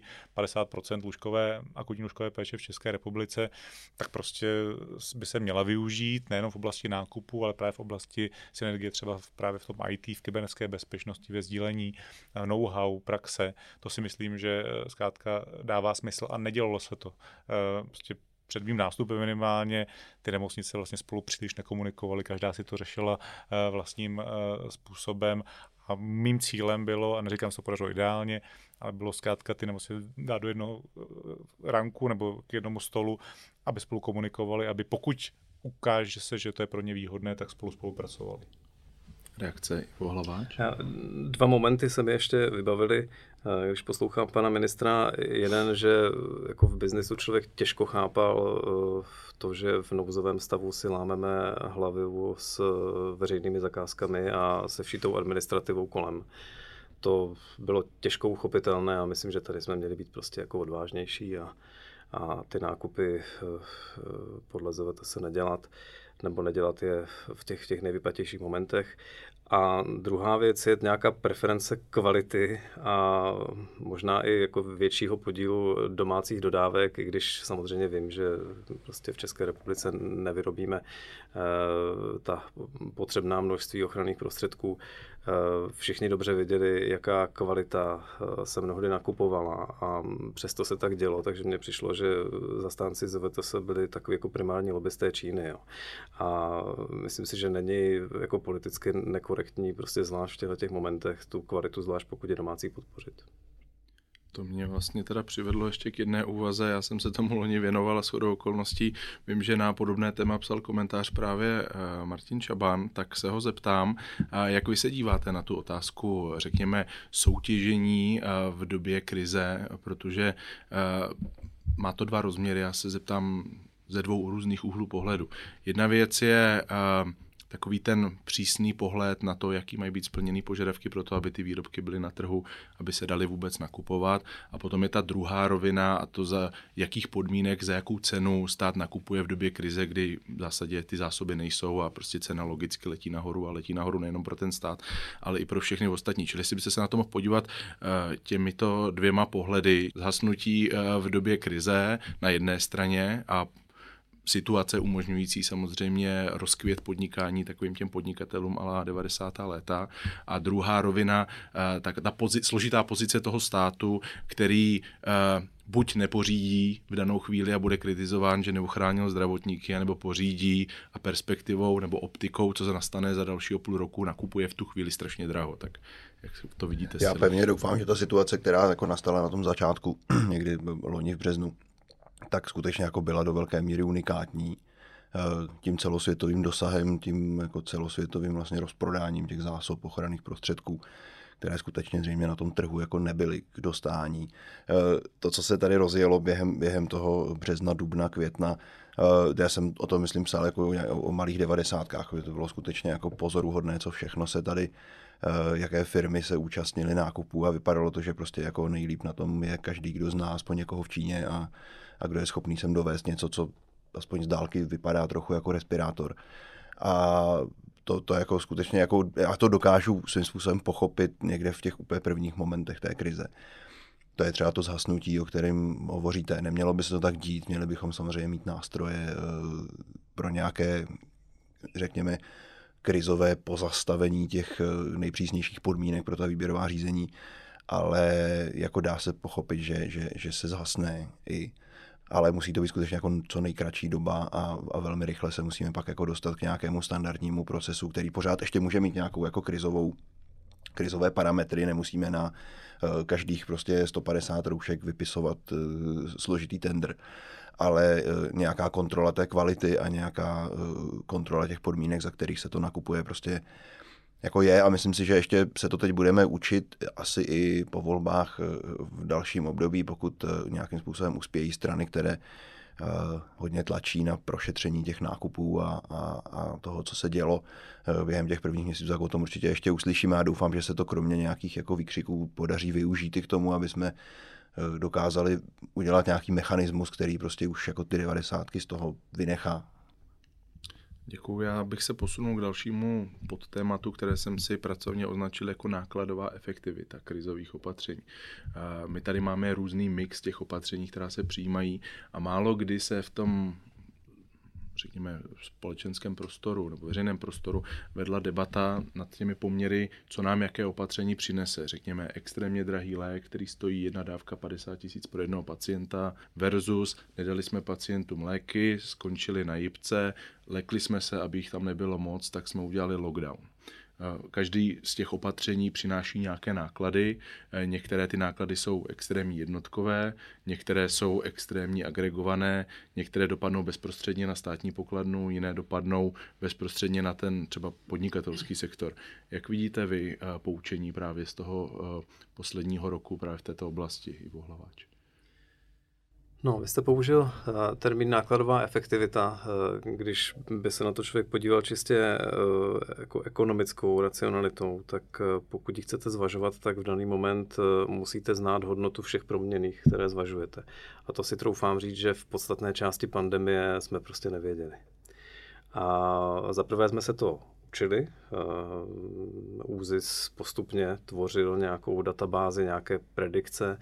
50% akutní lůžkové péče v České republice, tak prostě by se měla využít nejenom v oblasti nákupu, ale právě v oblasti synergie třeba právě v tom IT, v kybernetické bezpečnosti, ve sdílení know-how, praxe. To si myslím, že zkrátka dává smysl a nedělalo se to. Prostě před mým nástupem minimálně ty nemocnice vlastně spolu příliš nekomunikovaly, každá si to řešila vlastním způsobem a mým cílem bylo, a neříkám, že to podařilo ideálně, ale bylo zkrátka ty nemocnice dát do jednoho ranku nebo k jednomu stolu, aby spolu komunikovali, aby pokud ukáže se, že to je pro ně výhodné, tak spolupracovali. Reakce Ivo Hlaváč? Dva momenty se mi ještě vybavily, když poslouchám pana ministra. Jeden, že jako v biznesu člověk těžko chápal to, že v nouzovém stavu si lámeme hlavu s veřejnými zakázkami a se vší tou administrativou kolem. To bylo těžko uchopitelné a myslím, že tady jsme měli být prostě jako odvážnější a ty nákupy podle ZVT nedělat, nebo nedělat je v těch nejvypatějších momentech. A druhá věc je nějaká preference kvality a možná i jako většího podílu domácích dodávek, i když samozřejmě vím, že prostě v České republice nevyrobíme ta potřebná množství ochranných prostředků. Všichni dobře věděli, jaká kvalita se mnohdy nakupovala a přesto se tak dělo, takže mně přišlo, že zastánci ZVTS byli takový jako primární lobbysté Číny. Jo. A myslím si, že není jako politicky nekorektní prostě zvlášť v těch momentech tu kvalitu, zvlášť pokud je domácí, podpořit. To mě vlastně teda přivedlo ještě k jedné úvaze. Já jsem se tomu loni věnoval a shodou okolností vím, že na podobné téma psal komentář právě Martin Čaban, tak se ho zeptám, jak vy se díváte na tu otázku, řekněme, soutěžení v době krize, protože má to dva rozměry, já se zeptám ze dvou různých úhlů pohledu. Jedna věc je takový ten přísný pohled na to, jaký mají být splněný požadavky pro to, aby ty výrobky byly na trhu, aby se daly vůbec nakupovat. A potom je ta druhá rovina a to za jakých podmínek, za jakou cenu stát nakupuje v době krize, kdy v zásadě ty zásoby nejsou a prostě cena logicky letí nahoru a letí nahoru nejenom pro ten stát, ale i pro všechny ostatní. Čili jestli byste se na to mohl podívat těmito dvěma pohledy, zhasnutí v době krize na jedné straně a situace umožňující samozřejmě rozkvět podnikání takovým těm podnikatelům a la 90. léta. A druhá rovina, tak ta složitá pozice toho státu, který buď nepořídí v danou chvíli a bude kritizován, že neuchránil zdravotníky, nebo pořídí a perspektivou nebo optikou, co se nastane za dalšího půl roku, nakupuje v tu chvíli strašně draho. Tak jak to vidíte? Já pevně doufám, že ta situace, která jako nastala na tom začátku, někdy loni v březnu, tak skutečně jako byla do velké míry unikátní tím celosvětovým dosahem, tím jako celosvětovým vlastně rozprodáním těch zásob ochranných prostředků, které skutečně zřejmě na tom trhu jako nebyly k dostání. To, co se tady rozjelo během toho března, dubna, května, Já jsem o tom, myslím, psal jako o malých 90kách, to bylo skutečně jako pozoruhodné, co všechno se tady, jaké firmy se účastnily nákupů a vypadalo to, že prostě jako nejlíp na tom je každý, kdo zná aspoň někoho v Číně a kdo je schopný sem dovést něco, co aspoň z dálky vypadá trochu jako respirátor. A to jako skutečně, jako, já to dokážu svým způsobem pochopit někde v těch úplně prvních momentech té krize. To je třeba to zhasnutí, o kterém hovoříte. Nemělo by se to tak dít, měli bychom samozřejmě mít nástroje pro nějaké, řekněme, krizové pozastavení těch nejpřísnějších podmínek pro ta výběrová řízení, ale jako dá se pochopit, že se zhasne ale musí to být skutečně jako co nejkratší doba a velmi rychle se musíme pak jako dostat k nějakému standardnímu procesu, který pořád ještě může mít nějakou jako krizové parametry, nemusíme na každých prostě 150 roušek vypisovat složitý tender, ale nějaká kontrola té kvality a nějaká kontrola těch podmínek, za kterých se to nakupuje, prostě jako je, a myslím si, že ještě se to teď budeme učit asi i po volbách v dalším období, pokud nějakým způsobem uspějí strany, které hodně tlačí na prošetření těch nákupů a toho, co se dělo během těch prvních měsíců, tak o tom určitě ještě uslyšíme a doufám, že se to kromě nějakých jako výkřiků podaří využít i k tomu, aby jsme dokázali udělat nějaký mechanismus, který prostě už jako ty 90ky z toho vynechá. Děkuju. Já bych se posunul k dalšímu podtématu, které jsem si pracovně označil jako nákladová efektivita krizových opatření. My tady máme různý mix těch opatření, která se přijímají a málo kdy se v tom, řekněme, společenském prostoru nebo veřejném prostoru vedla debata nad těmi poměry, co nám jaké opatření přinese. Řekněme, extrémně drahý lék, který stojí jedna dávka 50 000 pro jednoho pacienta versus nedali jsme pacientům léky, skončili na jipce, lekli jsme se, aby jich tam nebylo moc, tak jsme udělali lockdown. Každý z těch opatření přináší nějaké náklady, některé ty náklady jsou extrémní jednotkové, některé jsou extrémní agregované, některé dopadnou bezprostředně na státní pokladnu, jiné dopadnou bezprostředně na ten třeba podnikatelský sektor. Jak vidíte vy poučení právě z toho posledního roku právě v této oblasti, Ivo Hlaváč? No, vy jste použil termín nákladová efektivita. Když by se na to člověk podíval čistě jako ekonomickou racionalitou, tak pokud ji chcete zvažovat, tak v daný moment musíte znát hodnotu všech proměnných, které zvažujete. A to si troufám říct, že v podstatné části pandemie jsme prostě nevěděli. A zaprvé jsme se to učili. ÚZIS postupně tvořil nějakou databázi, nějaké predikce,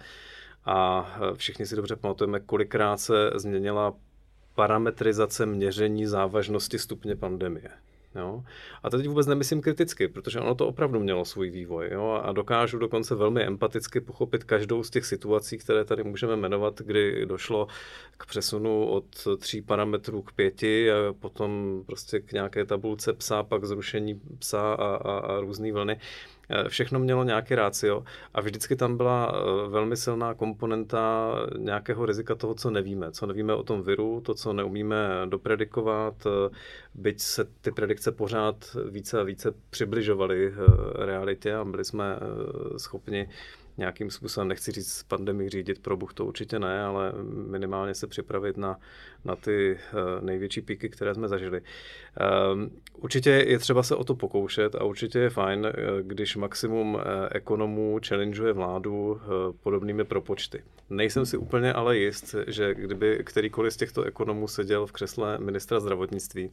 a všichni si dobře pamatujeme, kolikrát se změnila parametrizace měření závažnosti stupně pandemie. Jo? A to teď vůbec nemyslím kriticky, protože ono to opravdu mělo svůj vývoj. Jo? A dokážu dokonce velmi empaticky pochopit každou z těch situací, které tady můžeme jmenovat, kdy došlo k přesunu od 3 parametrů k 5 a potom prostě k nějaké tabulce psa, pak zrušení psa a různý vlny. Všechno mělo nějaké rácio a vždycky tam byla velmi silná komponenta nějakého rizika toho, co nevíme o tom viru, to, co neumíme dopredikovat, byť se ty predikce pořád více a více přibližovaly realitě a byli jsme schopni nějakým způsobem, nechci říct pandemii řídit, pro Bůh to určitě ne, ale minimálně se připravit na ty největší píky, které jsme zažili. Určitě je třeba se o to pokoušet a určitě je fajn, když maximum ekonomů challengeuje vládu podobnými propočty. Nejsem si úplně ale jist, že kdyby kterýkoliv z těchto ekonomů seděl v křesle ministra zdravotnictví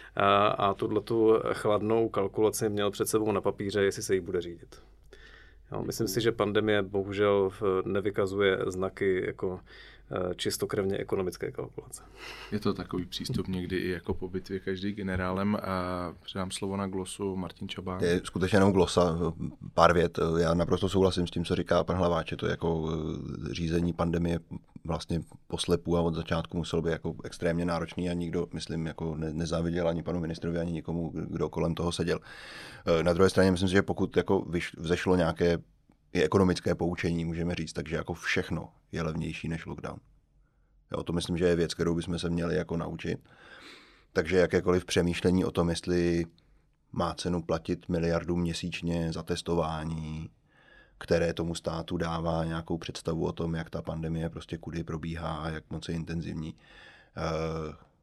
a tuhletu chladnou kalkulaci měl před sebou na papíře, jestli se jí bude řídit. Jo, myslím si, že pandemie bohužel nevykazuje znaky jako čistokrevně ekonomické kalkulace. Je to takový přístup někdy i jako po bitvě každý generálem a předám slovo na glosu Martin Čabán. Je skutečně jenom glosa, pár vět. Já naprosto souhlasím s tím, co říká pan Hlaváč. Je to jako řízení pandemie vlastně poslepu a od začátku muselo být jako extrémně náročný a nikdo, myslím, jako nezáviděl ani panu ministrovi, ani nikomu, kdo kolem toho seděl. Na druhé straně myslím si, že pokud jako vzešlo nějaké i ekonomické poučení, můžeme říct, takže jako všechno je levnější než lockdown. Jo, to myslím, že je věc, kterou bychom se měli jako naučit. Takže jakékoliv přemýšlení o tom, jestli má cenu platit miliardu měsíčně za testování, které tomu státu dává nějakou představu o tom, jak ta pandemie prostě kudy probíhá a jak moc je intenzivní,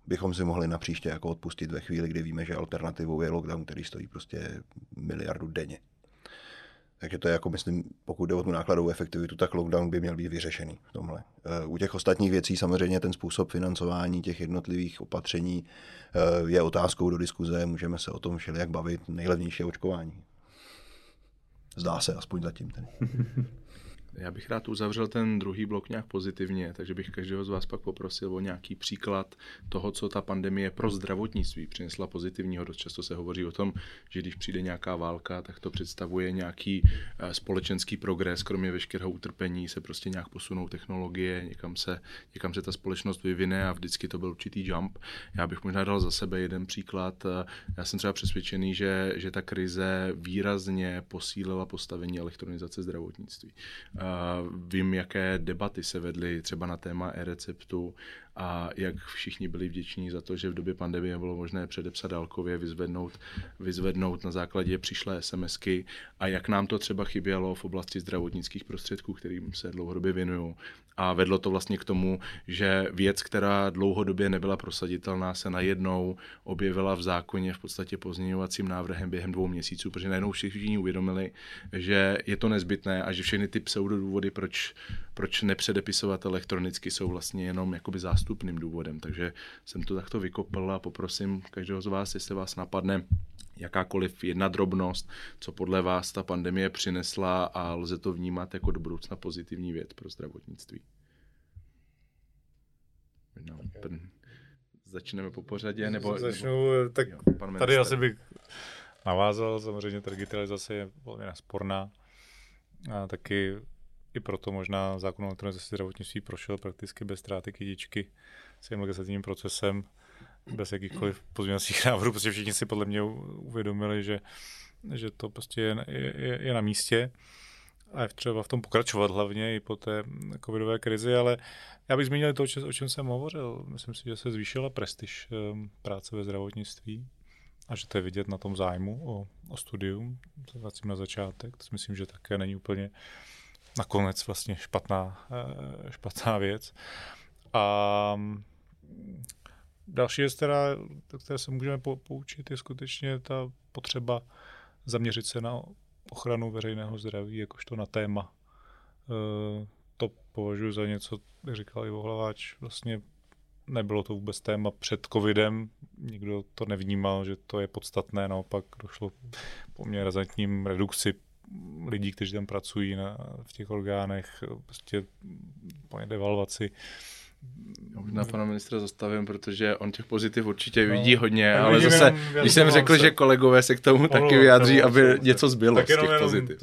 bychom si mohli napříště jako odpustit ve chvíli, kdy víme, že alternativou je lockdown, který stojí prostě miliardu denně. Takže to je jako, myslím, pokud jde o tu nákladovou efektivitu, tak lockdown by měl být vyřešený v tomhle. U těch ostatních věcí samozřejmě ten způsob financování těch jednotlivých opatření je otázkou do diskuze, můžeme se o tom všelijak bavit, nejlevnější očkování. Zdá se, aspoň zatím. Ten. Já bych rád uzavřel ten druhý blok nějak pozitivně, takže bych každého z vás pak poprosil o nějaký příklad toho, co ta pandemie pro zdravotnictví přinesla pozitivního. Dost často se hovoří o tom, že když přijde nějaká válka, tak to představuje nějaký společenský progres, kromě veškerého utrpení se prostě nějak posunou technologie, někam se ta společnost vyvine a vždycky to byl určitý jump. Já bych možná dal za sebe jeden příklad. Já jsem třeba přesvědčený, že ta krize výrazně posílila postavení elektronizace zdravotnictví. Vím, jaké debaty se vedly třeba na téma e-receptu a jak všichni byli vděční za to, že v době pandemie bylo možné předepsat dálkově, vyzvednout na základě přišlé SMSky a jak nám to třeba chybělo v oblasti zdravotnických prostředků, kterým se dlouhodobě věnuju. A vedlo to vlastně k tomu, že věc, která dlouhodobě nebyla prosaditelná, se najednou objevila v zákoně v podstatě pozměňovacím návrhem během 2 měsíců, protože najednou všichni uvědomili, že je to nezbytné a že všechny ty pseudodůvody, proč nepředepisovat elektronicky, jsou vlastně jenom jakoby zástupným důvodem. Takže jsem to takto vykopl a poprosím každého z vás, jestli vás napadne jakákoliv jedna drobnost, co podle vás ta pandemie přinesla a lze to vnímat jako do budoucna pozitivní věc pro zdravotnictví. Začneme po pořadě, nebo... Tak jo, tady asi bych navázal, samozřejmě ta digitalizace je velmi nesporná. A taky i proto možná zákon o elektronizaci zdravotnictví prošel prakticky bez ztráty kytičky s tím legislativním procesem, bez jakýchkoliv pozměňovacích návrhů, protože všichni si podle mě uvědomili, že to prostě je na místě a je třeba v tom pokračovat hlavně i po té covidové krizi, ale já bych zmínil to, o čem jsem hovořil. Myslím si, že se zvýšila prestiž práce ve zdravotnictví a že to je vidět na tom zájmu o studium. Vracím na začátek, to si myslím, že také není úplně nakonec vlastně špatná věc. A další věc, které se můžeme poučit, je skutečně ta potřeba zaměřit se na ochranu veřejného zdraví, jakožto na téma. To považuji za něco, jak říkal Ivo Hlaváč, vlastně nebylo to vůbec téma před covidem, nikdo to nevnímal, že to je podstatné, naopak došlo poměrně razantním redukci lidí, kteří tam pracují v těch orgánech, prostě po devalvaci. Na pana ministra zastavím, protože on těch pozitiv určitě vidí hodně, ale zase, když jsem řekl, že kolegové se k tomu taky vyjádří, aby něco zbylo z těch pozitiv.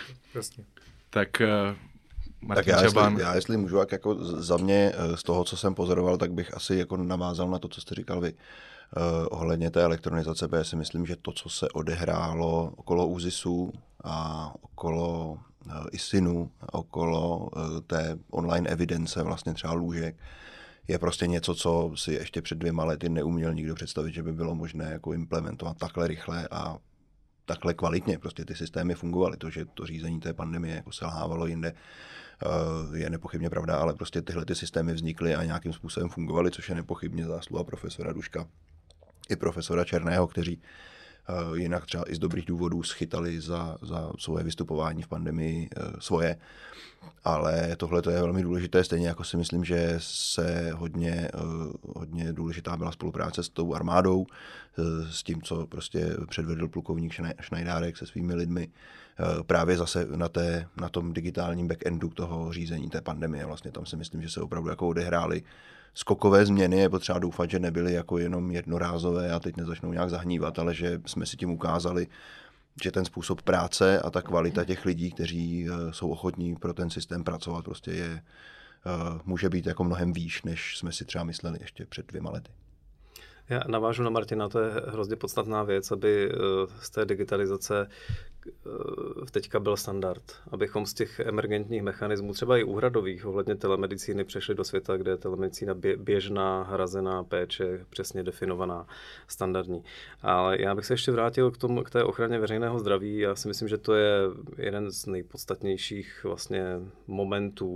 Tak Martin Čabán. Já jestli můžu, jako za mě z toho, co jsem pozoroval, tak bych asi jako navázal na to, co jste říkal vy. Ohledně té elektronizace, protože si myslím, že to, co se odehrálo okolo ÚZISu a okolo ISINu, okolo té online evidence vlastně třeba lůžek, je prostě něco, co si ještě před 2 lety neuměl nikdo představit, že by bylo možné jako implementovat takhle rychle a takhle kvalitně. Prostě ty systémy fungovaly. To, že to řízení té pandemie jako selhávalo jinde, je nepochybně pravda, ale prostě tyhle ty systémy vznikly a nějakým způsobem fungovaly, což je nepochybně zásluha profesora Duška i profesora Černého, kteří jinak třeba i z dobrých důvodů schytali za svoje vystupování v pandemii svoje. Ale tohle to je velmi důležité, stejně jako si myslím, že se hodně důležitá byla spolupráce s tou armádou, s tím, co prostě předvedl plukovník Šnajdárek se svými lidmi, právě zase na tom digitálním backendu toho řízení té pandemie. Vlastně tam si myslím, že se opravdu jako odehrály skokové změny, je potřeba doufat, že nebyly jako jenom jednorázové a teď nezačnou nějak zahnívat, ale že jsme si tím ukázali, že ten způsob práce a ta kvalita těch lidí, kteří jsou ochotní pro ten systém pracovat, prostě může být jako mnohem výš, než jsme si třeba mysleli ještě před 2 lety. Já navážu na Martina, to je hrozně podstatná věc, aby z té digitalizace teďka byl standard. Abychom z těch emergentních mechanismů, třeba i úhradových, ohledně telemedicíny, přešli do světa, kde je telemedicína běžná, hrazená péče, přesně definovaná, standardní. Ale já bych se ještě vrátil k té ochraně veřejného zdraví. Já si myslím, že to je jeden z nejpodstatnějších vlastně momentů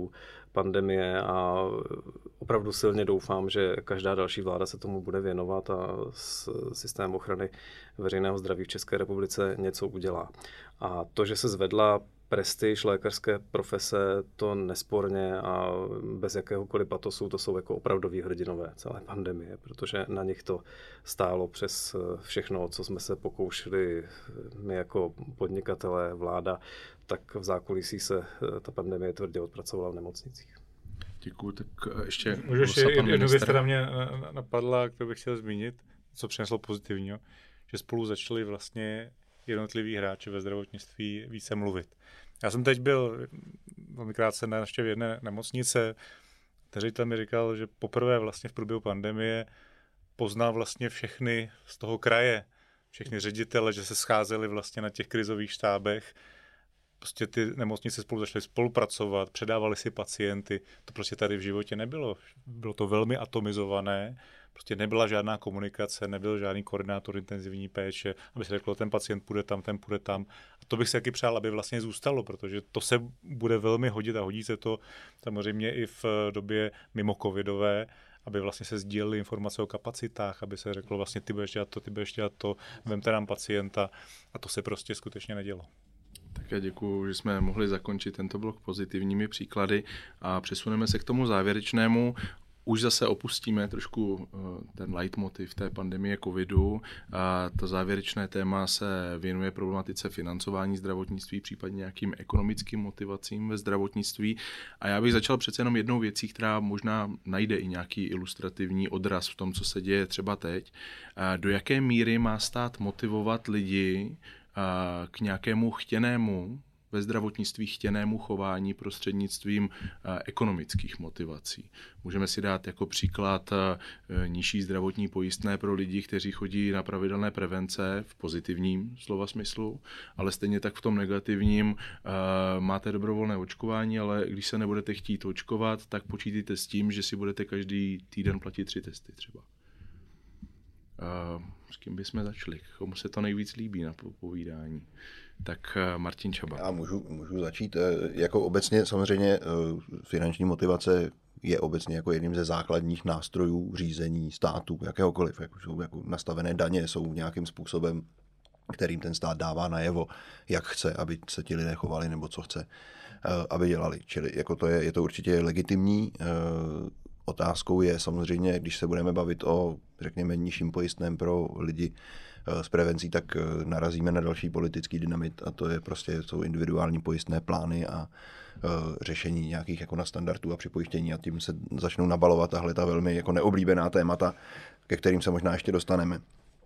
pandemie a opravdu silně doufám, že každá další vláda se tomu bude věnovat a systém ochrany veřejného zdraví v České republice něco udělá. A to, že se zvedla prestiž lékařské profese, to nesporně a bez jakéhokoliv patosu, to jsou jako opravdoví hrdinové celé pandemie, protože na nich to stálo přes všechno, co jsme se pokoušeli my jako podnikatelé, vláda, tak v zákulisí se ta pandemie tvrdě odpracovala v nemocnicích. Děkuju, tak ještě... Můžu ještě jednu věc, která mě napadla, kterou bych chtěl zmínit, co přineslo pozitivního, že spolu začali vlastně jednotliví hráči ve zdravotnictví více mluvit. Já jsem teď byl velmi krátce na návštěvě jedné nemocnice, ředitel mi říkal, že poprvé vlastně v průběhu pandemie poznal vlastně všechny z toho kraje, všechny ředitele, že se scházeli vlastně na těch krizových štábech. Prostě ty nemocnice spolu začaly spolupracovat, předávali si pacienty. To prostě tady v životě nebylo. Bylo to velmi atomizované. Prostě nebyla žádná komunikace, nebyl žádný koordinátor intenzivní péče, aby se řeklo, ten pacient půjde tam, ten půjde tam. A to bych si taky přál, aby vlastně zůstalo, protože to se bude velmi hodit a hodí se to samozřejmě i v době mimo covidové, aby vlastně se sdílely informace o kapacitách, aby se řeklo vlastně ty budeš dělat to, vemte nám pacienta a to se prostě skutečně nedělo. Tak já děkuju, že jsme mohli zakončit tento blok pozitivními příklady a přesuneme se k tomu závěrečnému. Už zase opustíme trošku ten leitmotiv té pandemie covidu. A to závěrečné téma se věnuje problematice financování zdravotnictví, případně nějakým ekonomickým motivacím ve zdravotnictví. A já bych začal přece jenom jednou věcí, která možná najde i nějaký ilustrativní odraz v tom, co se děje třeba teď. Do jaké míry má stát motivovat lidi k nějakému ve zdravotnictví chtěnému chování prostřednictvím ekonomických motivací. Můžeme si dát jako příklad nižší zdravotní pojistné pro lidi, kteří chodí na pravidelné prevence v pozitivním slova smyslu, ale stejně tak v tom negativním máte dobrovolné očkování, ale když se nebudete chtít očkovat, tak počítejte s tím, že si budete každý týden platit 3 testy třeba. S kým bychom začali? Komu se to nejvíc líbí na povídání? Tak Martin Čaba. Já můžu začít. Jako obecně samozřejmě finanční motivace je obecně jako jedním ze základních nástrojů řízení státu, jakéhokoliv. Jako jsou jako nastavené daně, jsou nějakým způsobem, kterým ten stát dává najevo, jak chce, aby se ti lidé chovali, nebo co chce, aby dělali. Čili jako je to určitě legitimní. Otázkou je samozřejmě, když se budeme bavit o, řekněme, nižším pojistném pro lidi s prevencí, tak narazíme na další politický dynamit a to je prostě jsou individuální pojistné plány a řešení nějakých jako nadstandardů a připojištění a tím se začnou nabalovat tahle ta velmi jako neoblíbená témata, ke kterým se možná ještě dostaneme.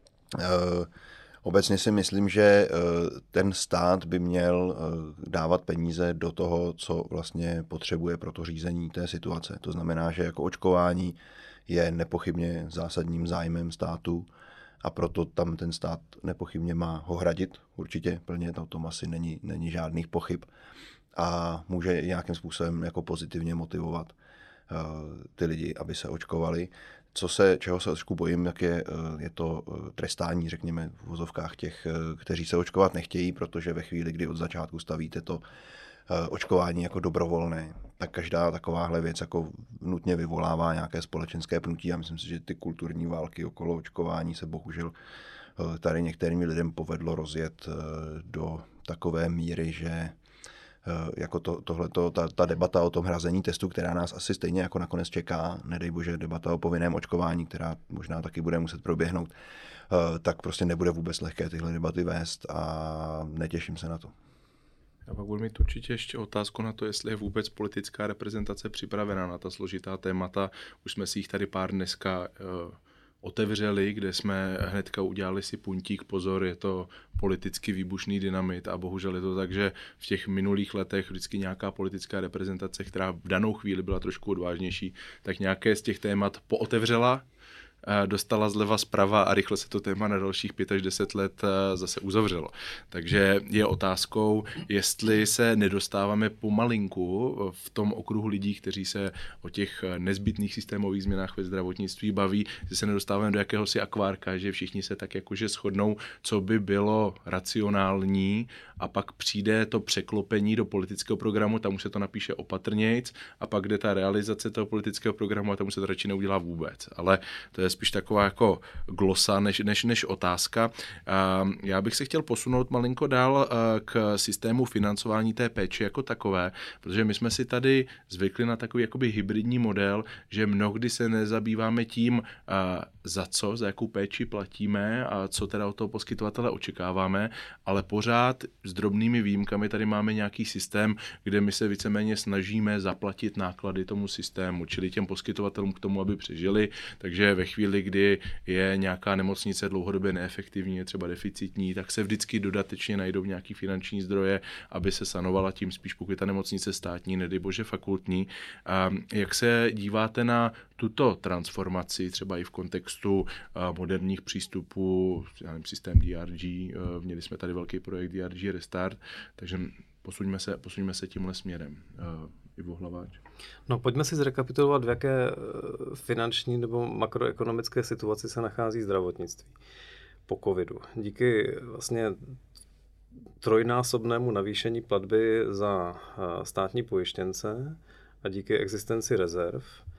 Obecně si myslím, že ten stát by měl dávat peníze do toho, co vlastně potřebuje pro to řízení té situace. To znamená, že jako očkování je nepochybně zásadním zájmem státu a proto tam ten stát nepochybně má ho hradit určitě plně, to o tom asi není žádných pochyb a může nějakým způsobem jako pozitivně motivovat ty lidi, aby se očkovali. Čeho se trošku bojím, jak je to trestání, řekněme, v vozovkách těch, kteří se očkovat nechtějí, protože ve chvíli, kdy od začátku stavíte to očkování jako dobrovolné, tak každá takováhle věc jako nutně vyvolává nějaké společenské pnutí a myslím si, že ty kulturní války okolo očkování se bohužel tady některým lidem povedlo rozjet do takové míry, že jako ta debata o tom hrazení testu, která nás asi stejně jako nakonec čeká, nedej bože debata o povinném očkování, která možná taky bude muset proběhnout, tak prostě nebude vůbec lehké tyhle debaty vést a netěším se na to. Já pak budu mít určitě ještě otázku na to, jestli je vůbec politická reprezentace připravená na ta složitá témata. Už jsme si jich tady pár dneska otevřeli, kde jsme hnedka udělali si puntík, pozor, je to politicky výbušný dynamit a bohužel je to tak, že v těch minulých letech vždycky nějaká politická reprezentace, která v danou chvíli byla trošku odvážnější, tak nějaké z těch témat pootevřela dostala zleva zprava a rychle se to téma na dalších 5 až 10 let zase uzavřelo. Takže je otázkou, jestli se nedostáváme pomalinku v tom okruhu lidí, kteří se o těch nezbytných systémových změnách ve zdravotnictví baví, že se nedostáváme do jakéhosi akvárka, že všichni se tak jakože shodnou, co by bylo racionální, a pak přijde to překlopení do politického programu, tam už se to napíše opatrnějc, a pak jde ta realizace toho politického programu a tam už se to radši neudělá vůbec. Ale to je spíš taková jako glosa než otázka. Já bych se chtěl posunout malinko dál k systému financování té péče jako takové, protože my jsme si tady zvykli na takový jakoby hybridní model, že mnohdy se nezabýváme tím, za jakou péči platíme a co teda od toho poskytovatele očekáváme, ale pořád s drobnými výjimkami tady máme nějaký systém, kde my se víceméně snažíme zaplatit náklady tomu systému, čili těm poskytovatelům k tomu, aby přežili. Takže ve chvíli, kdy je nějaká nemocnice dlouhodobě neefektivní, třeba deficitní, tak se vždycky dodatečně najdou nějaký finanční zdroje, aby se sanovala, tím spíš pokud je ta nemocnice státní, nedej bože fakultní. Jak se díváte na tuto transformaci, třeba i v kontextu moderních přístupů, systém DRG, měli jsme tady velký projekt DRG Restart, takže posuňme se tímhle směrem. Ivo Hlaváč. No, pojďme si zrekapitulovat, v jaké finanční nebo makroekonomické situaci se nachází zdravotnictví po covidu. Díky vlastně trojnásobnému navýšení platby za státní pojištěnce a díky existenci rezerv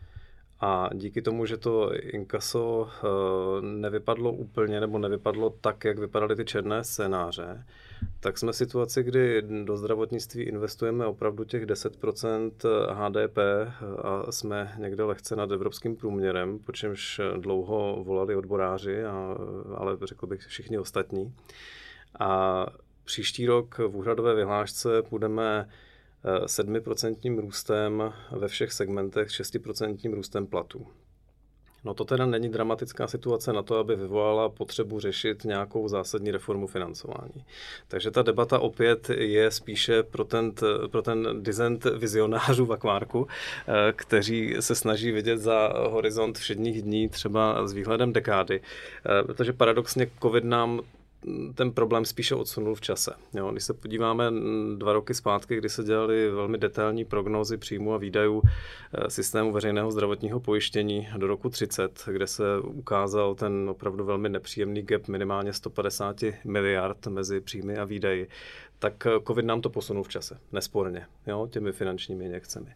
a díky tomu, že to inkaso nevypadlo úplně nebo nevypadlo tak, jak vypadaly ty černé scénáře, tak jsme v situaci, kdy do zdravotnictví investujeme opravdu těch 10% HDP a jsme někde lehce nad evropským průměrem, po čemž dlouho volali odboráři, ale řekl bych všichni ostatní. A příští rok v úhradové vyhlášce budeme 7% růstem ve všech segmentech, 6% růstem platů. No to teda není dramatická situace na to, aby vyvolala potřebu řešit nějakou zásadní reformu financování. Takže ta debata opět je spíše pro ten dizent vizionářů v akvárku, kteří se snaží vidět za horizont všedních dní, třeba s výhledem dekády. Protože paradoxně covid nám ten problém spíše odsunul v čase. Jo, když se podíváme 2 roky zpátky, kdy se dělaly velmi detailní prognózy příjmu a výdajů systému veřejného zdravotního pojištění do roku 30, kde se ukázal ten opravdu velmi nepříjemný gap minimálně 150 miliard mezi příjmy a výdaji, tak covid nám to posunul v čase, nesporně, jo, těmi finančními injekcemi.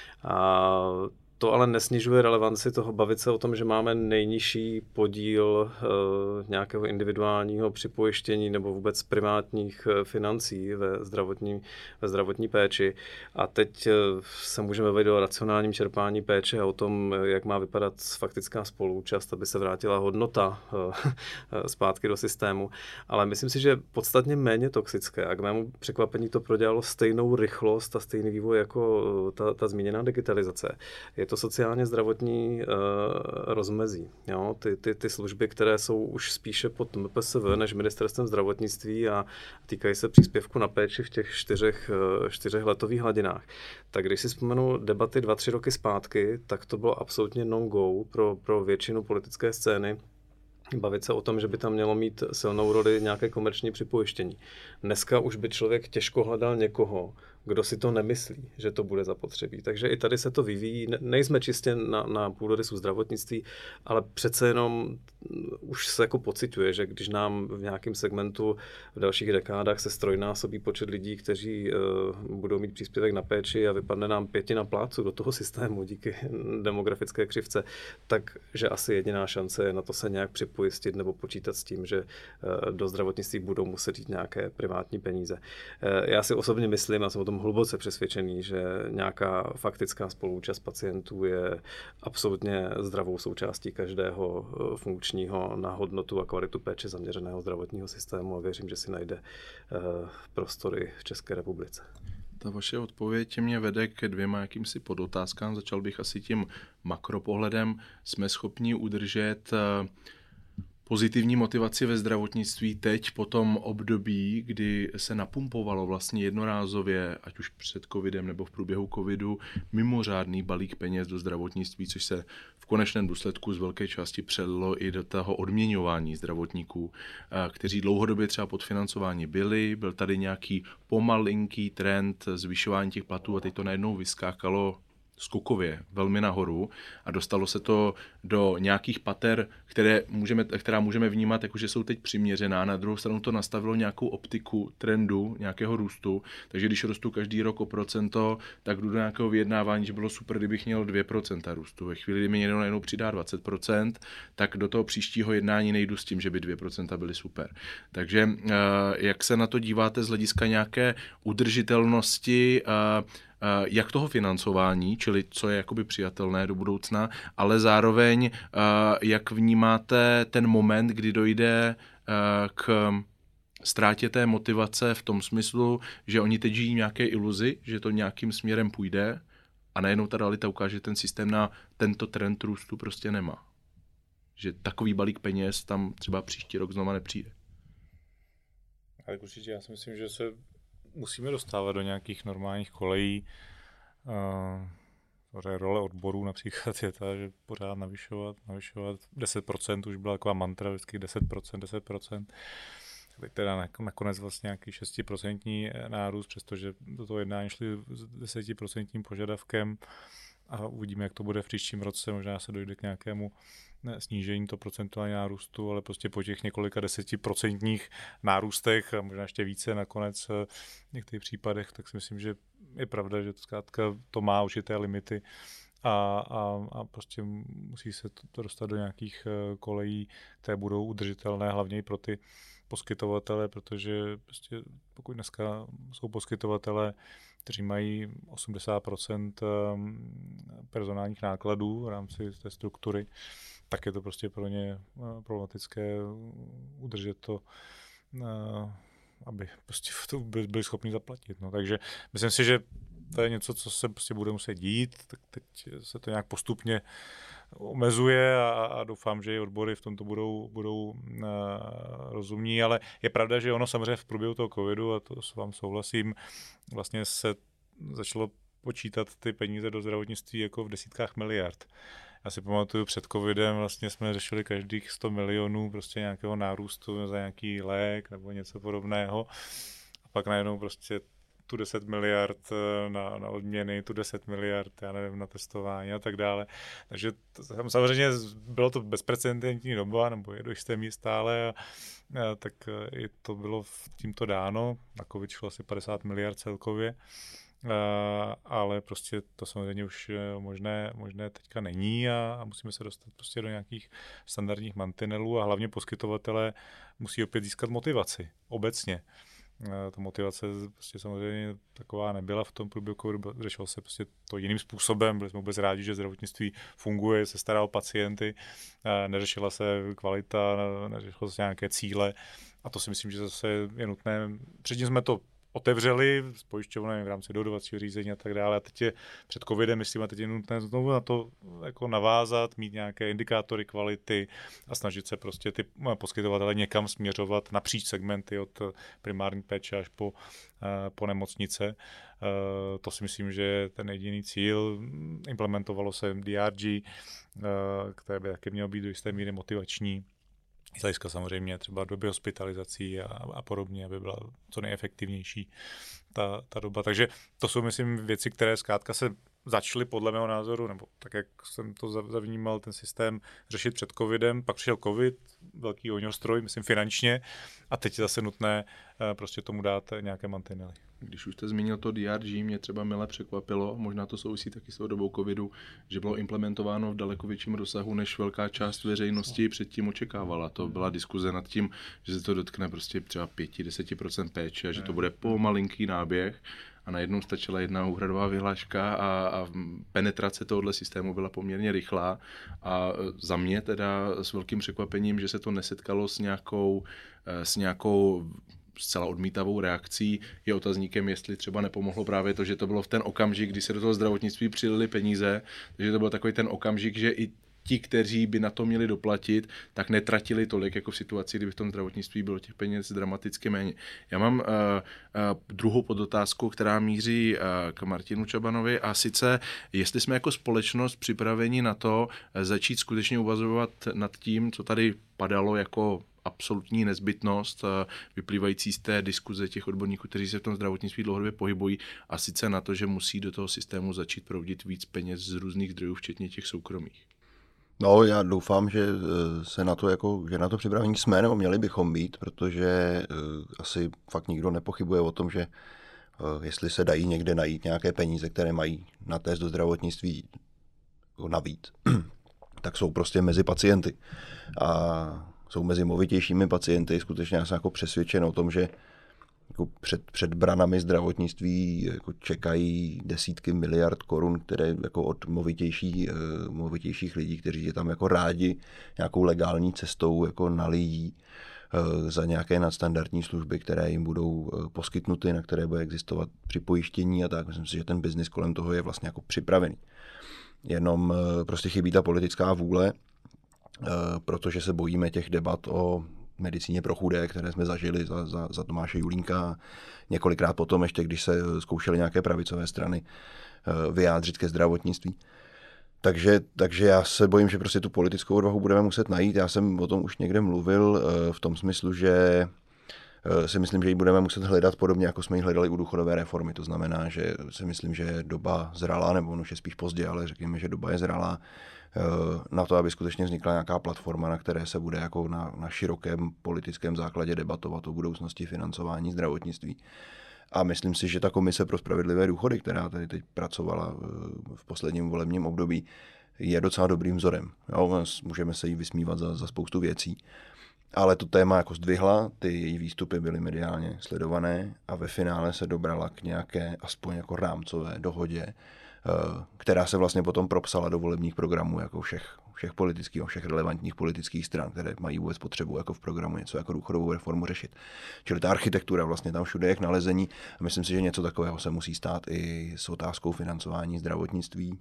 A to ale nesnižuje relevanci toho bavit se o tom, že máme nejnižší podíl nějakého individuálního připojištění nebo vůbec privátních financí ve zdravotní péči. A teď se můžeme bavit o racionálním čerpání péče a o tom, jak má vypadat faktická spoluúčast, aby se vrátila hodnota zpátky do systému. Ale myslím si, že podstatně méně toxické. A k mému překvapení to prodělalo stejnou rychlost a stejný vývoj jako ta zmíněná digitalizace. Je to sociálně zdravotní rozmezí. Jo? Ty služby, které jsou už spíše pod MPSV než ministerstvem zdravotnictví a týkají se příspěvku na péči v těch 4 letových hladinách. Tak když si vzpomenu debaty 2-3 roky zpátky, tak to bylo absolutně no-go pro většinu politické scény bavit se o tom, že by tam mělo mít silnou roli nějaké komerční připojištění. Dneska už by člověk těžko hledal někoho, kdo si to nemyslí, že to bude zapotřebí. Takže i tady se to vyvíjí. Nejsme čistě na půdorysu zdravotnictví, ale přece jenom už se jako pociťuje, že když nám v nějakém segmentu v dalších dekádách se strojnásobí počet lidí, kteří budou mít příspěvek na péči a vypadne nám 1/5 plátců do toho systému díky demografické křivce, takže asi jediná šance je na to se nějak připojistit nebo počítat s tím, že do zdravotnictví budou muset jít nějaké privátní peníze. Já si osobně myslím, a jsem o tom hluboce přesvědčený, že nějaká faktická spoluúčast pacientů je absolutně zdravou součástí každého funkčního na hodnotu a kvalitu péče zaměřeného zdravotního systému a věřím, že si najde prostory v České republice. Ta vaše odpověď mě vede ke 2 jakýmsi podotázkám. Začal bych asi tím makropohledem. Jsme schopni udržet pozitivní motivaci ve zdravotnictví teď po tom období, kdy se napumpovalo vlastně jednorázově, ať už před covidem nebo v průběhu covidu, mimořádný balík peněz do zdravotnictví, což se v konečném důsledku z velké části přelilo i do toho odměňování zdravotníků, kteří dlouhodobě třeba podfinancováni byli. Byl tady nějaký pomalinký trend zvyšování těch platů a teď to najednou vyskákalo skokově, velmi nahoru a dostalo se to do nějakých pater, která můžeme vnímat, jakože jsou teď přiměřená. Na druhou stranu to nastavilo nějakou optiku trendu, nějakého růstu, takže když rostu každý rok o procento, tak jdu do nějakého vyjednávání, že bylo super, kdybych měl 2% růstu. Ve chvíli, kdy mi někdo najednou přidá 20%, tak do toho příštího jednání nejdu s tím, že by 2% byly super. Takže jak se na to díváte z hlediska nějaké udržitelnosti, jak toho financování, čili co je jakoby přijatelné do budoucna, ale zároveň jak vnímáte ten moment, kdy dojde k ztrátě té motivace v tom smyslu, že oni teď žijí nějaké iluzi, že to nějakým směrem půjde a najednou ta realita ukáže, že ten systém na tento trend růstu prostě nemá. Že takový balík peněz tam třeba příští rok znova nepřijde. Ale určitě já si myslím, že se musíme dostávat do nějakých normálních kolejí. Role odborů například je ta, že pořád navyšovat. 10% už byla taková mantra, vždycky 10%. Teď teda nakonec vlastně nějaký 6% nárůst, přestože do toho jednání šli s 10% požadavkem a uvidíme, jak to bude v příštím roce. Možná se dojde k nějakému snížení toho procentuálního nárůstu, ale prostě po těch několika 10% nárůstech a možná ještě více nakonec v některých případech, tak si myslím, že je pravda, že to zkrátka to má určité limity a prostě musí se to dostat do nějakých kolejí, které budou udržitelné, hlavně i pro ty poskytovatele, protože prostě pokud dneska jsou poskytovatele, kteří mají 80% personálních nákladů v rámci té struktury, tak je to prostě pro ně problematické udržet to, aby prostě to byli schopni zaplatit. No. Takže myslím si, že to je něco, co se prostě bude muset dít, tak teď se to nějak postupně omezuje a doufám, že i odbory v tomto budou rozumní, ale je pravda, že ono samozřejmě v průběhu toho covidu, a to s vám souhlasím, vlastně se začalo počítat ty peníze do zdravotnictví jako v desítkách miliard. Já si pamatuju, před covidem vlastně jsme řešili každých 100 milionů prostě nějakého nárůstu za nějaký lék nebo něco podobného. A pak najednou prostě tu 10 miliard na odměny, tu 10 miliard, já nevím, na testování a tak dále. Takže samozřejmě bylo to bezprecedentní doba, nebo je do jisté míry stále, a tak i to bylo tímto dáno. Na covid šlo asi 50 miliard celkově. Ale prostě to samozřejmě už možné teďka není a musíme se dostat prostě do nějakých standardních mantinelů a hlavně poskytovatelé musí opět získat motivaci obecně. Ta motivace prostě samozřejmě taková nebyla v tom průběhu covidu, řešilo se prostě to jiným způsobem, byli jsme vůbec rádi, že zdravotnictví funguje, se stará o pacienty, neřešila se kvalita, neřešilo se nějaké cíle a to si myslím, že zase je nutné. Předtím jsme to otevřeli s pojišťovnami v rámci dodavacího řízení a tak dále. A teď je před covidem, myslím, a teď je nutné znovu na to jako navázat, mít nějaké indikátory kvality a snažit se prostě ty poskytovatele někam směřovat napříč segmenty od primární péče až po nemocnice. To si myslím, že je ten jediný cíl. Implementovalo se DRG, které by taky mělo být do jisté míry motivační. Z hlediska samozřejmě třeba doby hospitalizací a podobně, aby byla co nejefektivnější ta doba. Takže to jsou, myslím, věci, které zkrátka se začaly podle mého názoru, nebo tak, jak jsem to zavnímal, ten systém řešit před covidem, pak přišel covid, velký ohňostroj, myslím finančně, a teď je zase nutné prostě tomu dát nějaké mantinely. Když už jste zmínil to DRG, mě třeba mile překvapilo, možná to souvisí taky s tou dobou covidu, že bylo implementováno v daleko větším rozsahu, než velká část veřejnosti předtím očekávala. To byla diskuze nad tím, že se to dotkne prostě třeba 5-10% péče a že to bude pomalinký náběh. A najednou stačila jedna úhradová vyhláška a penetrace tohoto systému byla poměrně rychlá. A za mě teda s velkým překvapením, že se to nesetkalo s nějakou zcela odmítavou reakcí, je otazníkem, jestli třeba nepomohlo právě to, že to bylo v ten okamžik, kdy se do toho zdravotnictví přilily peníze, takže to byl takový ten okamžik, že i ti, kteří by na to měli doplatit, tak netratili tolik jako v situaci, kdyby v tom zdravotnictví bylo těch peněz dramaticky méně. Já mám druhou podotázku, která míří k Martinu Čabanovi, a sice, jestli jsme jako společnost připraveni na to začít skutečně uvažovat nad tím, co tady padalo jako absolutní nezbytnost vyplývající z té diskuze těch odborníků, kteří se v tom zdravotnictví dlouhodobě pohybují, a sice na to, že musí do toho systému začít proudit víc peněz z různých zdrojů, včetně těch soukromých. No, já doufám, že se na to že na to připravení jsme, nebo měli bychom být, protože asi fakt nikdo nepochybuje o tom, že jestli se dají někde najít nějaké peníze, které mají natést do zdravotnictví navíc, tak jsou prostě mezi pacienty. A jsou mezi movitějšími pacienty. Skutečně já jsem jako přesvědčen o tom, že jako před branami zdravotnictví jako čekají desítky miliard korun, které jako od movitějších lidí, kteří je tam jako rádi nějakou legální cestou jako nalijí za nějaké nadstandardní služby, které jim budou poskytnuty, na které bude existovat připojištění a tak. Myslím si, že ten biznis kolem toho je vlastně jako připravený. Jenom prostě chybí ta politická vůle, protože se bojíme těch debat o medicíně pro chudé, které jsme zažili za Tomáše Julínka. Několikrát potom, ještě když se zkoušely nějaké pravicové strany vyjádřit ke zdravotnictví. Takže já se bojím, že prostě tu politickou odvahu budeme muset najít. Já jsem o tom už někde mluvil v tom smyslu, že si myslím, že ji budeme muset hledat podobně, jako jsme ji hledali u důchodové reformy. To znamená, že si myslím, že je doba zralá, nebo ono už je spíš pozdě, ale řekněme, že doba je zralá na to, aby skutečně vznikla nějaká platforma, na které se bude jako na širokém politickém základě debatovat o budoucnosti financování zdravotnictví. A myslím si, že ta komise pro spravedlivé důchody, která tady teď pracovala v posledním volebním období, je docela dobrým vzorem. Jo, můžeme se jí vysmívat za spoustu věcí, ale to téma jako zdvihla, ty její výstupy byly mediálně sledované a ve finále se dobrala k nějaké aspoň jako rámcové dohodě, která se vlastně potom propsala do volebních programů jako všech politických, všech relevantních politických stran, které mají vůbec potřebu jako v programu něco jako důchodovou reformu řešit. Čili ta architektura vlastně tam všude je k nalezení a myslím si, že něco takového se musí stát i s otázkou financování zdravotnictví.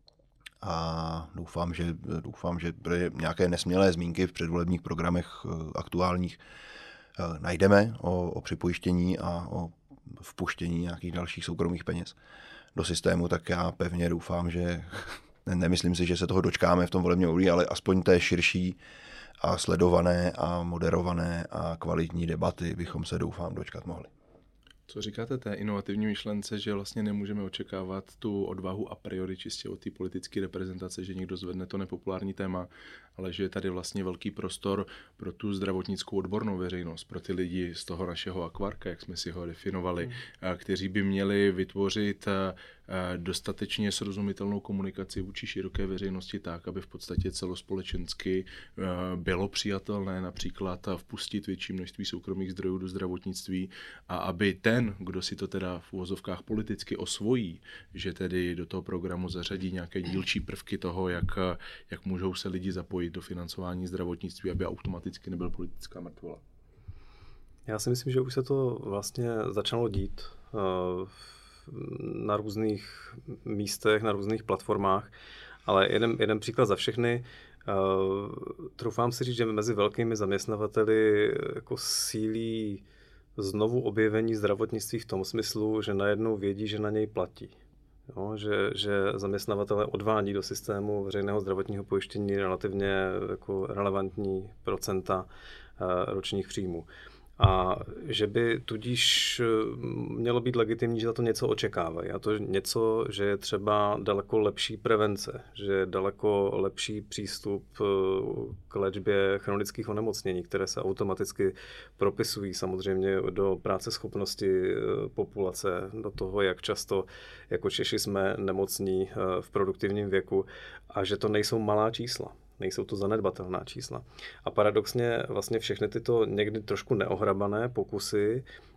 A doufám, že nějaké nesmělé zmínky v předvolebních programech aktuálních najdeme o připojištění a o vpuštění nějakých dalších soukromých peněz do systému, tak já pevně doufám, že nemyslím si, že se toho dočkáme v tom volebním období, ale aspoň té širší a sledované a moderované a kvalitní debaty bychom se, doufám, dočkat mohli. Co říkáte té inovativní myšlence, že vlastně nemůžeme očekávat tu odvahu a priori čistě od té politické reprezentace, že někdo zvedne to nepopulární téma, ale že je tady vlastně velký prostor pro tu zdravotnickou odbornou veřejnost, pro ty lidi z toho našeho akvarka, jak jsme si ho definovali, kteří by měli vytvořit dostatečně srozumitelnou komunikaci vůči široké veřejnosti tak, aby v podstatě celospolečensky bylo přijatelné například vpustit větší množství soukromých zdrojů do zdravotnictví a aby ten, kdo si to teda v uvozovkách politicky osvojí, že tedy do toho programu zařadí nějaké dílčí prvky toho, jak můžou se lidi zapojit do financování zdravotnictví, aby automaticky nebyl politická mrtvola. Já si myslím, že už se to vlastně začalo dít na různých místech, na různých platformách, ale jeden příklad za všechny. Troufám si říct, že mezi velkými zaměstnavateli jako sílí znovu objevení zdravotnictví v tom smyslu, že najednou vědí, že na něj platí. Jo, že zaměstnavatele odvádí do systému veřejného zdravotního pojištění relativně jako relevantní procenta ročních příjmů. A že by tudíž mělo být legitimní, že za to něco očekávají. A to něco, že je třeba daleko lepší prevence, že je daleko lepší přístup k léčbě chronických onemocnění, které se automaticky propisují samozřejmě do práceschopnosti populace, do toho, jak často jako Češi jsme nemocní v produktivním věku a že to nejsou malá čísla. Nejsou to zanedbatelná čísla. A paradoxně vlastně všechny tyto někdy trošku neohrabané pokusy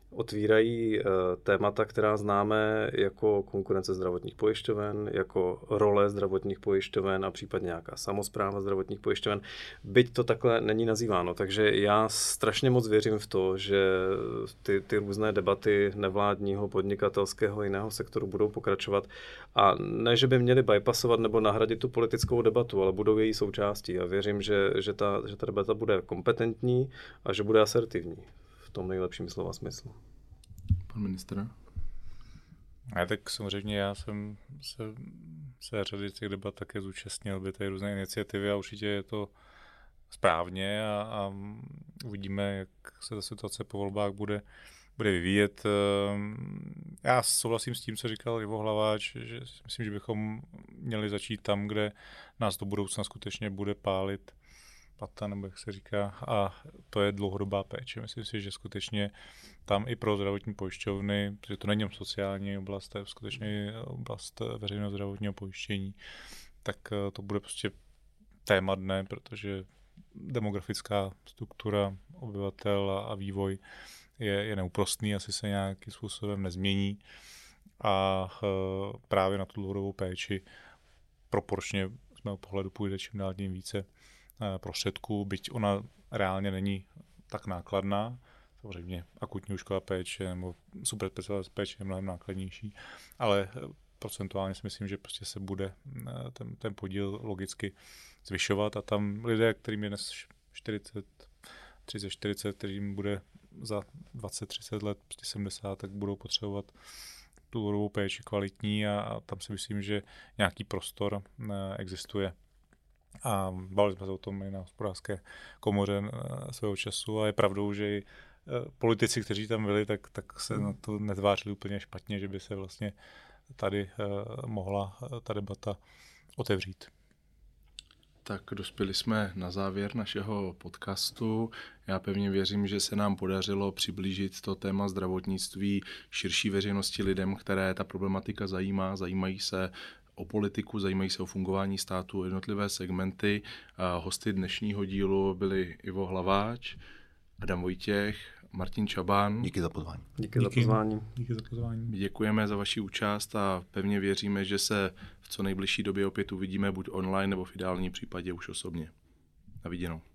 otvírají témata, která známe jako konkurence zdravotních pojišťoven, jako role zdravotních pojišťoven a případně nějaká samospráva zdravotních pojišťoven, byť to takhle není nazýváno. Takže já strašně moc věřím v to, že ty různé debaty nevládního, podnikatelského, jiného sektoru budou pokračovat a ne, že by měly bypassovat nebo nahradit tu politickou debatu, ale budou její součástí. A věřím, že ta debata bude kompetentní a že bude asertivní. V tom nejlepším slova smyslu. Pan ministr? Tak samozřejmě já jsem se řady těch debat také zúčastnil, by tady různé iniciativy a určitě je to správně a uvidíme, jak se ta situace po volbách bude vyvíjet. Já souhlasím s tím, co říkal Ivo Hlaváč, že myslím, že bychom měli začít tam, kde nás do budoucna skutečně bude pálit pata, nebo jak se říká, a to je dlouhodobá péče. Myslím si, že skutečně tam i pro zdravotní pojišťovny, protože to není sociální oblast, to je skutečně oblast veřejného zdravotního pojištění, tak to bude prostě téma dne, protože demografická struktura obyvatel a vývoj je neúprostný, asi se nějakým způsobem nezmění a právě na tu dlouhodobou péči proporčně z mého pohledu půjde čím dál tím více prostředků, byť ona reálně není tak nákladná. Samozřejmě akutní lůžková péče nebo superspecializovaná péče je mnohem nákladnější, ale procentuálně si myslím, že prostě se bude ten podíl logicky zvyšovat a tam lidé, kterým je dnes 30-40, kterým bude za 20-30 let, 70, tak budou potřebovat tu dlouhodobou péči kvalitní a tam si myslím, že nějaký prostor existuje. A bavili jsme se o tom i na hospodářské komoře svého času a je pravdou, že i politici, kteří tam byli, tak se na to netvářili úplně špatně, že by se vlastně tady mohla ta debata otevřít. Tak dospěli jsme na závěr našeho podcastu. Já pevně věřím, že se nám podařilo přiblížit to téma zdravotnictví širší veřejnosti, lidem, které ta problematika zajímá, zajímají se o politiku, zajímají se o fungování státu, o jednotlivé segmenty. Hosty dnešního dílu byli Ivo Hlaváč, Adam Vojtěch, Martin Čabán. Díky za pozvání. Díky za pozvání. Díky za pozvání. Děkujeme za vaši účast a pevně věříme, že se v co nejbližší době opět uvidíme buď online nebo v ideálním případě už osobně. Na viděnou.